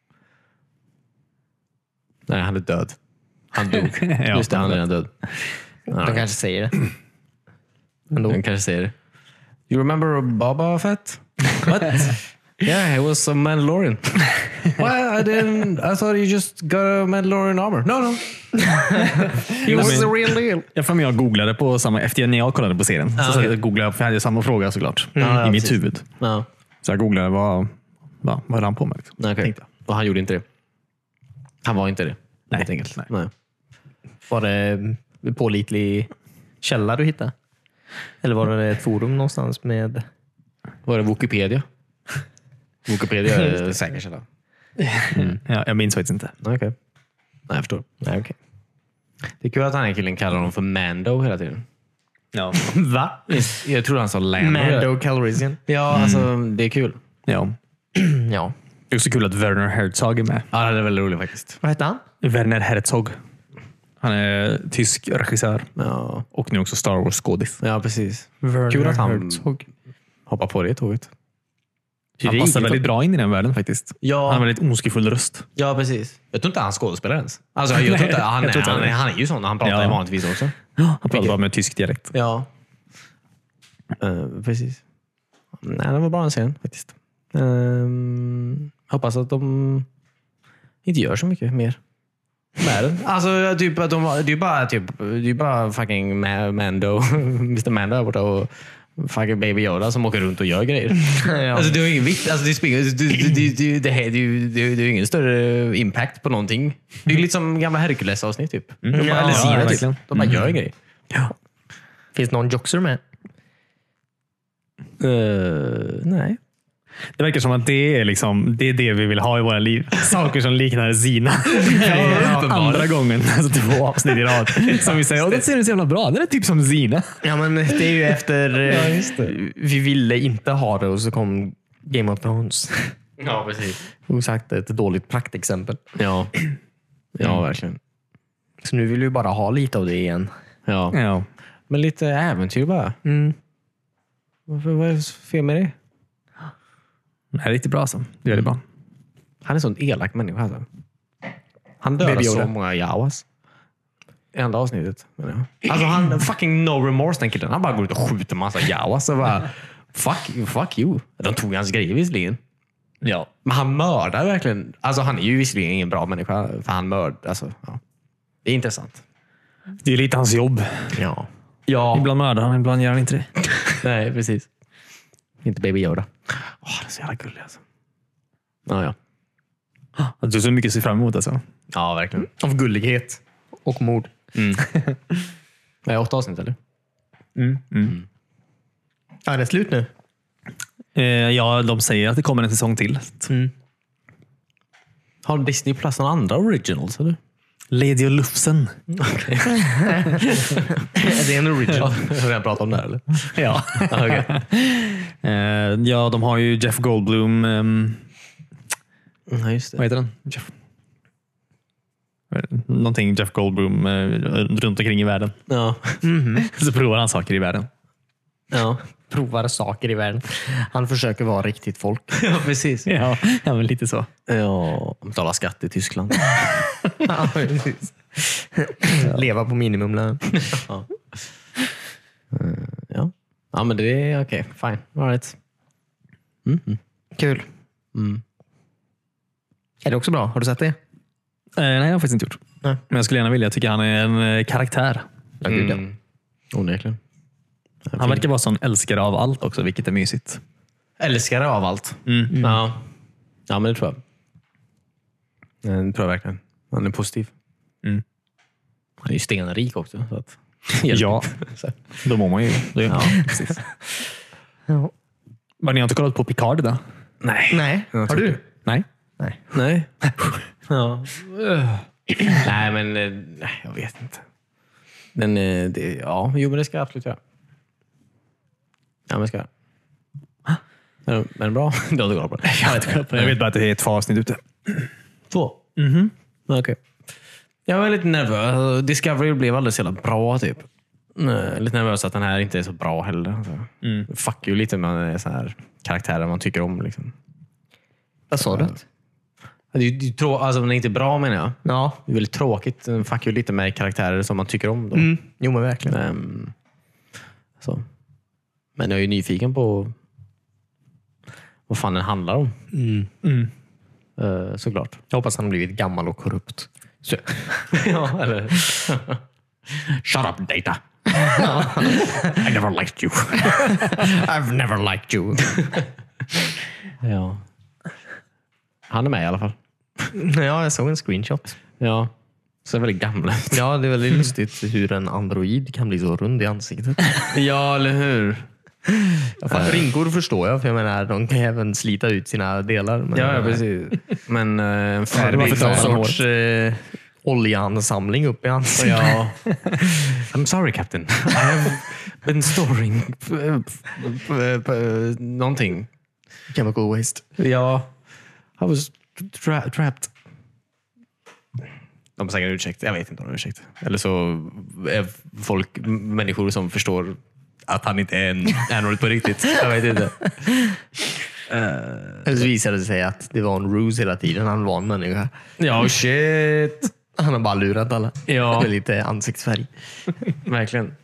Nej, han är död. Han dog. Ja. Just det, han är redan död. De Ja. kanske säger det. Han kanske säger det. You remember Boba Fett? What? Yeah, he was a Mandalorian. Well, I didn't. I thought you just got a Mandalorian armor. No, no. He was the real deal. Jag får med jag googlade på samma, efter när jag kollade på serien. Så, Ah, så okay. jag googlade, för jag hade samma fråga såklart. Ja, ja, I mitt precis. huvud. Ja, Så jag googlade vad, vad, vad höll han på med. Liksom. okej. Tänkte jag. Och han gjorde inte det. Han var inte det. Nej, helt enkelt. nej. Nej. Var det pålitlig källa du hittade? Eller var det ett forum någonstans med... Var det Wikipedia? Wikipedia är säker källa. Ja, jag minns faktiskt inte. Okej. Okay. Nej, jag förstår. Nej, okej. Det är kul att den här killen kallar honom för Mando hela tiden. Ja. Va? Jag tror han sa Lando. Mando Calrissian. Ja, alltså det är kul. Ja. Ja. Det är också kul att Werner Herzog är med. Ja, det är väldigt roligt faktiskt. Vad heter han? Werner Herzog. Han är tysk regissör Ja, och nu också Star Wars-skådis. ja precis. Werner Kul att han Herzog. hoppar på det tåget. Han passar väldigt bra in i den världen faktiskt. Ja. Han har väldigt ondskefull röst. Ja, precis. Jag tror inte han skådespelar ens. Alltså, jag tror inte, han, jag tror inte han, det. han är ju sån. Han pratar Ja. vanligtvis också. Han pratar bara med tysk dialekt. Ja. Uh, precis. Nej, det var bra en scen faktiskt. Um, hoppas att de inte gör så mycket mer med den. Alltså, typ att de, det är bara typ, det är bara fucking Mando, mister Mando där borta och fucking Baby Yoda som åker runt och gör grejer. Ja. Alltså det har ingen vikt, alltså det spelar det det det det det är ju det är ju ingen större impact på någonting. Det är lite som gamla Hercules avsnitt typ. De bara, Ja, eller ja, Sina, typ. verkligen. De bara gör grejer. Finns det någon joxer med? Uh, nej. Det verkar som att det är, liksom, det är det vi vill ha i våra liv. Saker som liknar Zina. Ja, Andra gången, alltså två avsnitt i rad. Som vi säger, och det ser så jävla bra. Det är typ som Zina. Ja, men det är ju efter... Ja, eh, just det. Vi ville inte ha det och så kom Game of Thrones. Ja, precis. Osagt ett dåligt praktexempel. Ja. Ja, verkligen. Så nu vill vi bara ha lite av det igen. Ja. Ja. Men lite äventyr bara. Mm. Varför, vad är det för fel med det? Det här är riktigt bra. Alltså. Det är väldigt bra. Han är sån elak människa. Alltså. Han dödar Baby Yoda. så många jawas. I andra avsnittet. menar jag. Alltså han fucking no remorse den killen. Han bara går ut och skjuter massa jawas. Och bara, fuck, fuck you. De tog hans grejer visserligen. Ja. Men han mördar verkligen. Alltså han är ju visserligen ingen bra människa. För han mördar. Alltså, ja. Det är intressant. Det är lite hans jobb. Ja. Ja. Ibland mördar han, ibland gör han inte det. Nej, precis. Inte Baby Yoda. Åh, det är så jävla gullig alltså. Ja, ja. Du har så mycket att se fram emot. Alltså. Ja, verkligen. Av gullighet. Och mord. Mm. Är det åtta avsnitt eller? Mm. Mm. Ja, det är slut nu. Eh, ja, de säger att det kommer en säsong till. Mm. Har Disney Plus några andra originals eller? Lady och Lufsen. Okej. Är det en original? Har vi redan pratat om det här eller? Ja. Okej. eh, ja, de har ju Jeff Goldblum. ehm, Ja, just det. vad heter den? Jeff. Någonting Jeff Goldblum eh, runt omkring i världen. Ja. Så provar han saker i världen. Ja. Provar saker i världen. Han försöker vara riktigt folk. Ja, precis. Ja, ja men lite så. Ja, betala skatt i Tyskland. Ja, precis. Leva på minimumlön. Ja. Ja. Ja, men det är okej. Okay. Fine. All right. Mm. Mm. Kul. Mm. Är det också bra? Har du sett det? Eh, nej, det har jag faktiskt inte gjort. Nej. Men jag skulle gärna vilja. Jag tycker han är en eh, karaktär. Ja, gud, ja. Mm. Onekligen. Han verkar vara sån älskare av allt också, vilket är mysigt. Älskare av allt. Mm. Ja. Ja, men det tror jag. Ja, det tror jag verkligen. Han är positiv. Mm. Han är ju stenrik också. Så att... Ja, Så. då mår man ju. Det, Ja, precis. Ja. Men ni har inte kollat på Picard idag? Nej. Nej, Jag har tror du? inte. Nej. Nej. Nej. Ja. Nej, men eh, nej, jag vet inte. Men eh, det, ja, jo, men det ska jag absolut göra. Ja, men det ska jag. Är det- är det bra? Du har inte kollat på det? Jag vet, jag vet bara att det är två avsnitt ute. Två? Mhm. Okej. Jag var lite nervös. Discovery blev alldeles jävla bra typ. Nej, lite nervös att den här inte är så bra heller. Alltså. Mm. Fuck ju lite med så här karaktärer man tycker om. Liksom. Vad sa du? Det är, det är trå- alltså, den är inte bra menar jag. Ja. Det är väldigt tråkigt. Den fuck ju lite med karaktärer som man tycker om. Då. Mm. Jo, men verkligen. Um, så. Men jag är ju nyfiken på vad fan den handlar om. Mm. Mm. Uh, såklart. Jag hoppas han har blivit gammal och korrupt. Så. Ja, eller... Shut up, Data. I never liked you. I've never liked you. Ja. Han är med i alla fall. Ja, jag såg en screenshot. Ja. Så är väldigt gamla. Ja, det är väldigt lustigt hur en android kan bli så rund i ansiktet. Ja, eller hur? Ja, fan, rinkor förstår jag, för jag menar, de kan även slita ut sina delar. Men, Ja, ja, precis. Men uh, en färdig varför ta en färdig sorts eh, oljeansamling upp i ansiktet? Ja. I'm sorry, Captain. I have been storing uh, uh, uh, någonting. Chemical waste. Ja. I was tra- trapped. De har säkert ursäkt. Jag vet inte om de har ursäkt. Eller så är folk människor som förstår att han inte är en android på riktigt. Jag vet inte. Uh, Eller så visade det sig att det var en ruse hela tiden. Han var en människa. ja, shit. Han har bara lurat alla. Ja. Med lite ansiktsfärg. Verkligen.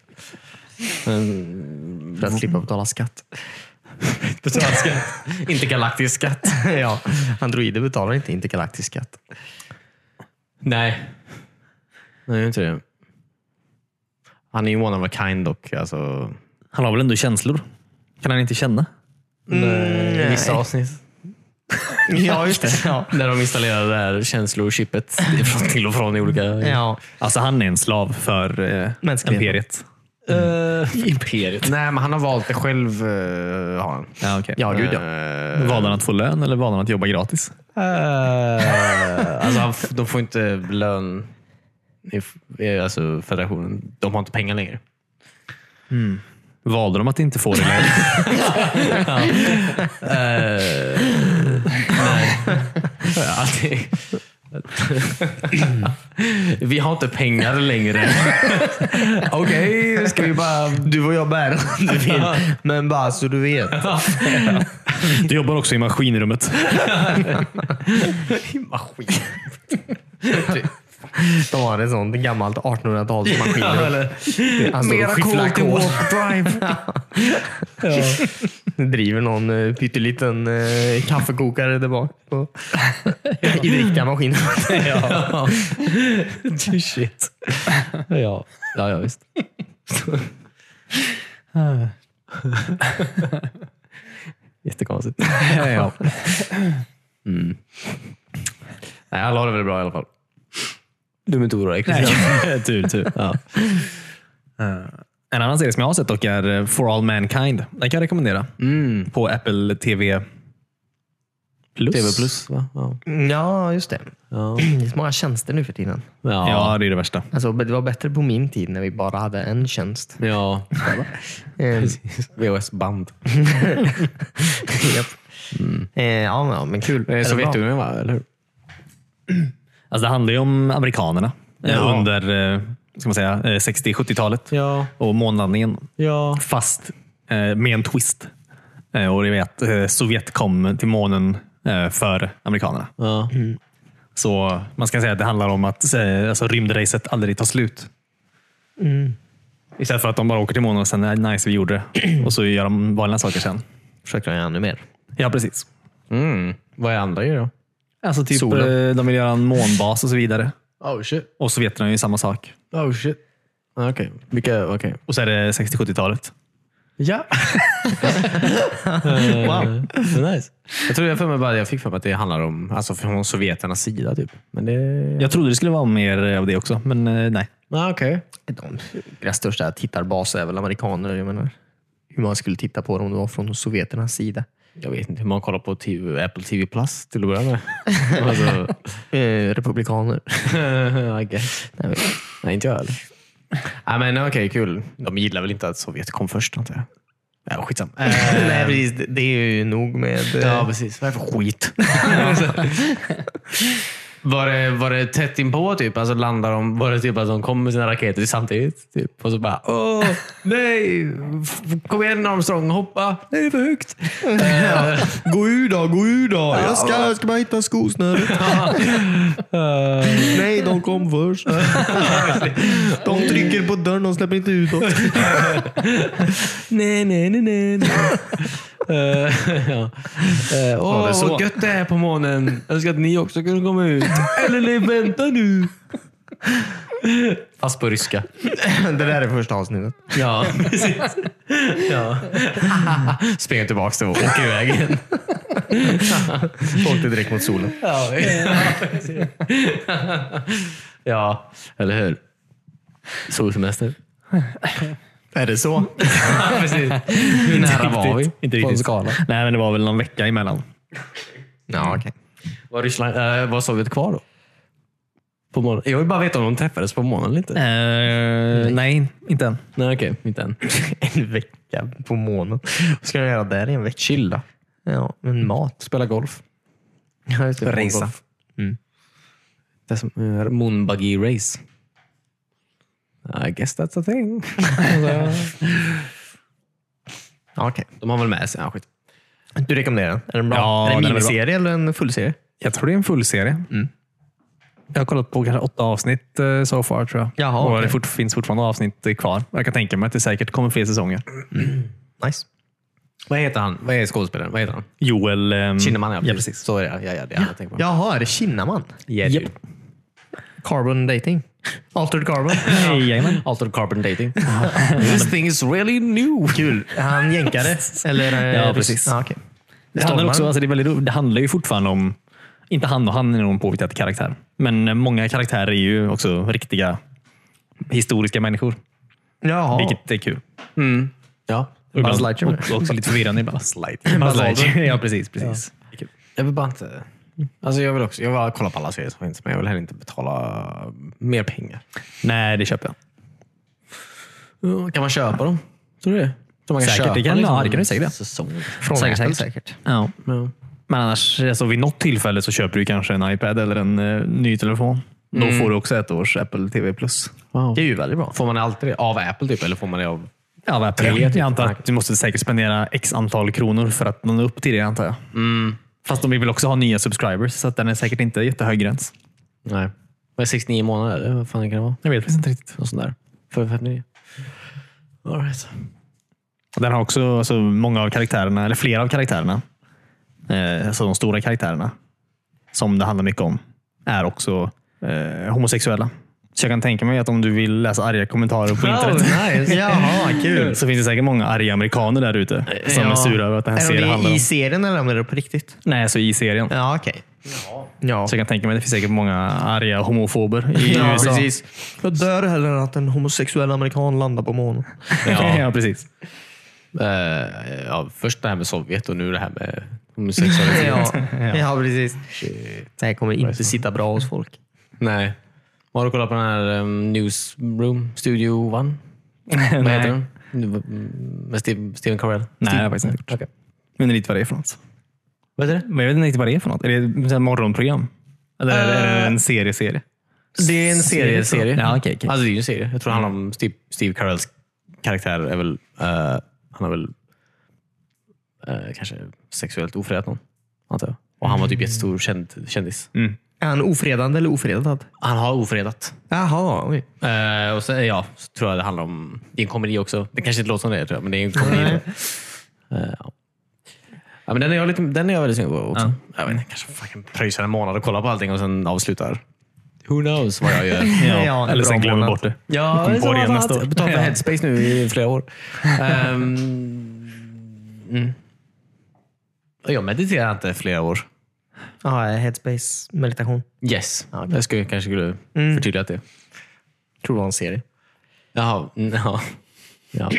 Men, För att slippa betala skatt. betala skatt. Inte galaktisk skatt. Ja, androider betalar inte intergalaktisk skatt. Nej. Nej, inte det. Han är ju one of a kind dock. Alltså, Han har väl ändå känslor? Kan han inte känna? nej, vissa avsnitt. Ja, just det. Ja. När de installerade det här känslochippet från till och från i olika... Ja. Alltså han är en slav för eh, Mänskligheten. imperiet. Uh, imperiet. Nej, men han har valt det själv. Uh, har han. Ja, okay. Ja, gud ja. Uh, Valde han att få lön eller valde han att jobba gratis? uh, alltså, han, de får inte lön i, i alltså, federationen. De har inte pengar längre. Mm. Valde de att inte få det längre? ja. uh, nej. Ja, det, vi har inte pengar längre. Okej, okay, ska vi bara... Du får jobba här om du vill. Men bara så du vet. Du jobbar också i maskinrummet. I maskin. De har ett sånt gammalt artonhundratals-maskin. Ja, eller... Alltså, Mera skifflar coolt i kol. warp drive. Ja. Driver någon uh, pytteliten uh, kaffekokare där bak på, i riktiga maskiner. Ja. Shit. Ja, ja, ja visst. Jättekonstigt. Ja. Mm. Nej, alla har det väl bra i alla fall. Du är inte orolig. tur, tur. Ja. Uh, en annan serie som jag har sett dock är For All Mankind. Den kan jag rekommendera. Mm. På Apple T V Plus. T V Plus, va? Ja. Ja, just det. Ja. Det är så många tjänster nu för tiden. Ja. Ja, det är det värsta. Alltså, det var bättre på min tid när vi bara hade en tjänst. Ja. Eh, V H S-band. Japp. Mm. Eh, ja, ja, men kul. Det är Är det bra? Sovjetunionen, va? Eller hur? Alltså det handlar ju om amerikanerna eh, Ja. under eh, ska man säga, eh, sextio-sjuttiotalet Ja. och månlandningen. Ja. Fast eh, med en twist. Eh, och det vet, eh, Sovjet kom till månen eh, för amerikanerna. Ja. Så man ska säga att det handlar om att eh, alltså, rymdracet aldrig tar slut. Mm. Istället för att de bara åker till månen och sen är nice vi gjorde det. Och så gör de vanliga saker sen. Försöker jag ännu mer. Ja, precis. Mm. Vad är andra grejer då? Alltså typ Solen. eh, de vill göra en månbas och så vidare. Oh shit. Och sovjeterna är ju samma sak. Oh shit. Okej. Okay. Vilka, okej. Okay. Och så är det sextio-sjuttiotalet. Ja. Wow. Nice. Jag tror jag för mig bara jag fick för mig att det handlar om alltså från sovjeternas sida typ. Men det Jag trodde det skulle vara mer av det också, men eh, nej. ah, okej. De, deras största tittarbas är väl amerikaner. Jag menar, hur man skulle titta på dem om det var från sovjeternas sida. Jag vet inte hur man kollar på T V, Apple T V Plus till att börja med. alltså, Eh, republikaner. I guess. Nej, nej, inte jag heller. Nej, men okej, okay, kul. De gillar väl inte att Sovjet kom först, antar jag. Ja, skitsam. Nej, precis. Det- Det är ju nog med... eh, Ja, precis. Vad är det för skit? Var det, var det tätt inpå typ? Alltså landar de, var det typ att de kom med sina raketer samtidigt? Typ, och så bara, åh, nej! Kom igen Armstrong, hoppa! Det är för högt. uh, gå ur då, gå ur då. Jag ska, jag ska bara hitta skosnöret. uh, nej, de kom först. De trycker på dörren och släpper inte ut oss. nej, nej, nej, nej. Uh, ja. uh, åh, det så. Vad gött det är på månen. Jag önskar att ni också kunde komma ut. Eller nej, vänta nu. Fast på ryska. Det där är första avsnittet. Ja, precis. Ja. Springer tillbaka till och åker iväg igen. Åkte direkt mot solen. Ja, ja, eller hur? Solsemester. Är det så? Ja, precis. Hur nära var vi? Inte på en riktigt. skala? Nej, men det var väl någon vecka emellan. Ja, okej. Var Ryssland, äh, var Sovjet kvar då? På månen? Jag vill bara veta om de träffades på månen lite. Uh, nej, inte än. Nej, okej, inte än. En vecka på månen. Vad ska jag göra där i en vecka? Chilla. Ja, men mat. Spela golf. Ja, just det. Racea. Golf. Mm. Det är som uh, Moonbuggy race. I guess that's a thing. Ja, okej. De har väl med sig. Ja, skit. Du rekommenderar den? Är den bra? Ja, är det en den är bra. miniserie eller en fullserie? Jag tror det är en full serie. Mm. Jag har kollat på kanske åtta avsnitt uh, so far tror jag. Jaha, och okej. det fort, finns fortfarande avsnitt kvar. Jag kan tänka mig att det säkert kommer fler säsonger. Nice. Vad heter han? Vad är skådespelaren? Vad heter han? Joel... Um, Kinnaman, ja. Ja, precis. Så är det. Ja, ja, det är jag tänker på. Jaha, är det Kinnaman? Yeah, Japp. dude. Carbon dating? Altered carbon? Jajamän. Altered carbon dating. This thing is really new. Kul. Är han jänkare? Eller, eh, Ja, ryss? precis. Ja, okej. Det handlar, också, alltså det, är väldigt, ro- det handlar ju fortfarande om, inte han och han är någon påhittad karaktär, men många karaktärer är ju också riktiga historiska människor, Jaha. vilket är kul. Mm. Ja. Buzz Ibland- Lightyear. och också lite förvirrande ibland. Buzz Buzz Lightyear. Ja, precis. precis. Jag vill bara inte... Alltså jag vill också... Jag vill bara kolla på alla serier som finns, men jag vill heller inte betala mer pengar. Nej, det köper jag. Mm, Kan man köpa dem? Tror du det? Så man kan Säkert, köpa det kan- liksom ja, det kan du en säkert. säsong. Från Säkert, Apple säkert. säkert. Ja. Ja. Men annars, alltså vid något tillfälle så köper du kanske en iPad eller en uh, ny telefon. Då får du också ett års Apple T V plus. Wow. Det är ju väldigt bra. Får man det alltid det? Av Apple typ? Eller får man det av... Ja, vad Apple. Tre, typ. Jag antar att du måste säkert spendera x antal kronor för att nå upp till det, antar jag. Mm. Fast de vill väl också ha nya subscribers, så att den är säkert inte jättehög gräns. Nej. Vad är sextionio månader? Eller vad fan kan det vara? Jag vet faktiskt inte riktigt. Något sånt där. För femtionio. All right. Den har också alltså, många av karaktärerna, eller flera av karaktärerna, eh, alltså de stora karaktärerna, som det handlar mycket om, är också eh, homosexuella. Så jag kan tänka mig att om du vill läsa arga kommentarer på internet, nice. Jaha, kul. så finns det säkert många arga amerikaner där ute som Ja. är sura över att den här Är serien de handlar det om. i serien eller är det på riktigt? Nej, alltså i serien. Ja, okej. Ja, Så jag kan tänka mig att det finns säkert många arga homofober i ja U S A. precis. Jag dör hellre än att en homosexuell amerikan landar på månen. Ja. ja, precis. Uh, ja, först det här med Sovjet och nu det här med homosexualitet. Ja, ja, precis. Det här kommer inte sitta bra hos folk. Nej. Har du kollat på den här um, Newsroom Studio One? Vad heter den? Med Steve, Steven Carell? Nej, Steve? jag har faktiskt inte gjort. Okej. Jag vet inte riktigt vad det är för något. Vad heter det? Men jag vet inte riktigt vad det är för något. Är det ett morgonprogram? Eller är det- är det en serieserie? Det är en serie. serie. Ja, okej, okej. Alltså det är ju en serie. Jag tror det handlar om Steve, Steve Carells karaktär. Är väl, uh, han har väl uh, kanske sexuellt ofredat någon. Antar jag. Och han var typ jättestor känd, kändis. Mm. Är han ofredande eller ofredad? Han har ofredat. Jaha, oj. Uh, och sen, ja, så tror jag det handlar om... Det är en komedi också. Det kanske inte låter som det, tror jag, men det är en komedi. Nej. Uh, ja. Ja, men den är jag, lite, den är jag väldigt sugen på också. Ja. Jag vet inte, kanske fucking pröjsar en månad och kollar på allting och sen avslutar. Who knows vad jag gör. Ja, Ja, en eller bra sen glömmer månad. bort det. Ja, Kom det är på som det igen att nästa år. Jag har betalat för Ja. Headspace nu i flera år. um, mm. Jag mediterar inte i flera år. Ja, Headspace meditation. Yes. Jag skulle kanske skulle Mm. förtydliga det. Jag tror det var en serie. Jaha. mm, Ja. ja.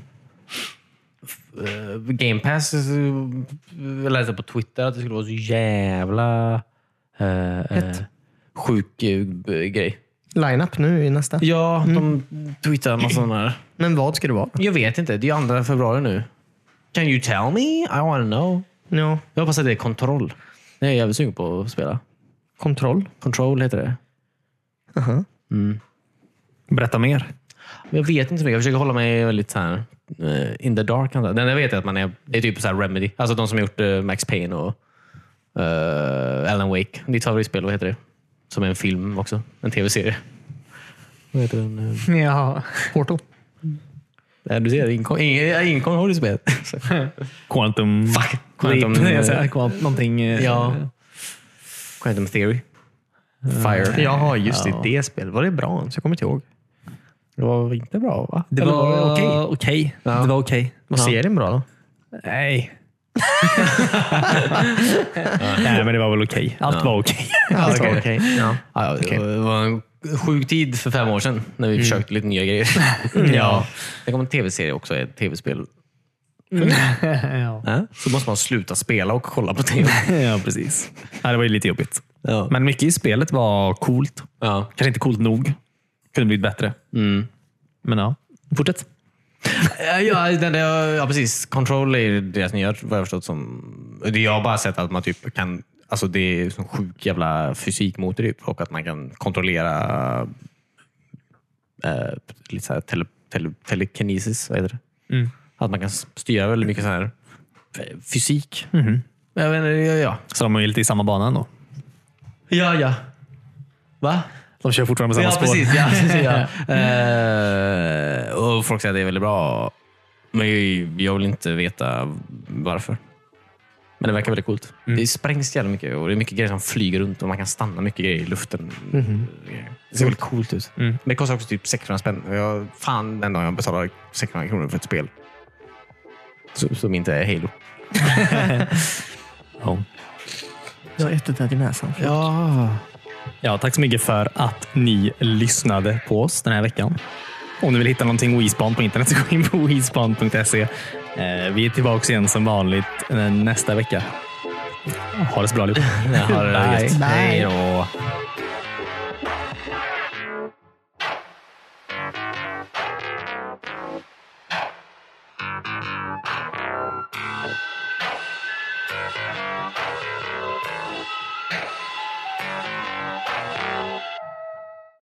Uh, Game Pass, uh, jag läste på Twitter att det skulle vara så jävla uh, uh, sjuk uh, grej. Line-up nu i nästa. Ja, de tweetar en massa sådana här. Men vad ska det vara? Jag vet inte, det är ju andra februari nu. Can you tell me? I wanna know. Ja. Jag hoppas att det är kontroll. Det är jag jävligt sugen på att spela. Kontroll. Control heter det. Uh-huh. Mm. Berätta mer. Men jag vet inte så mycket. Jag försöker hålla mig väldigt så här uh, in the dark. Den jag vet är att man är, det är typ så här Remedy. Alltså de som har gjort uh, Max Payne och uh, Alan Wake. Ditt favoritspel, vad heter det? Som är en film också. En tv-serie. Vad heter den? Uh... Ja, Portal. Ja, du ser, ingen, ingen, ingen kommer ihåg det spelet. Quantum... Fuck. Quantum... Quantum, jag säger, quantum någonting... eh, ja. Quantum Theory. Fire. Jaha, just Ja. det. Det spelet. Var det bra? Så jag kommer inte ihåg. Det var inte bra, va? Det Eller var okej? okej. okej. Ja. Det var okej. Var Ja. serien bra då? Nej. Nej, men det var väl okej. Allt Ja. var okej. Allt var okej. okej. Ja. Ja, ja, Okej. Det var en sjuk tid för fem år sedan när vi försökte lite nya grejer. Ja. Det kom en tv-serie också, ett tv-spel. ja. Ja. Så måste man sluta spela och kolla på tv. ja, precis. Ja, det var ju lite jobbigt. Ja. Men mycket i spelet var coolt. Ja. Kanske inte coolt nog. Kunde blivit bättre. Mm. Men ja, fortsätt. Ja, ja, den där, ja, precis. Control är deras nya, vad jag förstått som. Det jag har bara sett att man typ kan, alltså det är en sjuk jävla fysikmotor typ, och att man kan kontrollera eh, lite så här tele, tele, telekinesis, vad heter det? Mm. Att man kan styra väldigt mycket så här fysik. Mhm. Jag vet inte, ja, ja. Så de är ju lite i samma bana ändå. Ja, ja. Va? De kör fortfarande på samma Ja, spår. precis. Ja, precis, ja. Eh, och folk säger att det är väldigt bra. Men jag, jag vill inte veta varför. Men det verkar väldigt coolt. Mm. Det sprängs jävligt mycket och det är mycket grejer som flyger runt och man kan stanna mycket grejer i luften. Mhm. Det ser väldigt coolt ut. Mm. Men det kostar också typ sexhundra spänn. Jag, fan, den dagen jag betalar sexhundra kronor för ett spel. Så, som inte är Halo. Ja. Jag har jättetätt i näsan. Ja. Ja, tack så mycket för att ni lyssnade på oss den här veckan. Om ni vill hitta någonting WeSpan på internet så gå in på wespan punkt se. Eh, vi är tillbaka igen som vanligt eh, nästa vecka. Ha det så bra allihop. Jag har det Bye. gött. Bye. Hej då.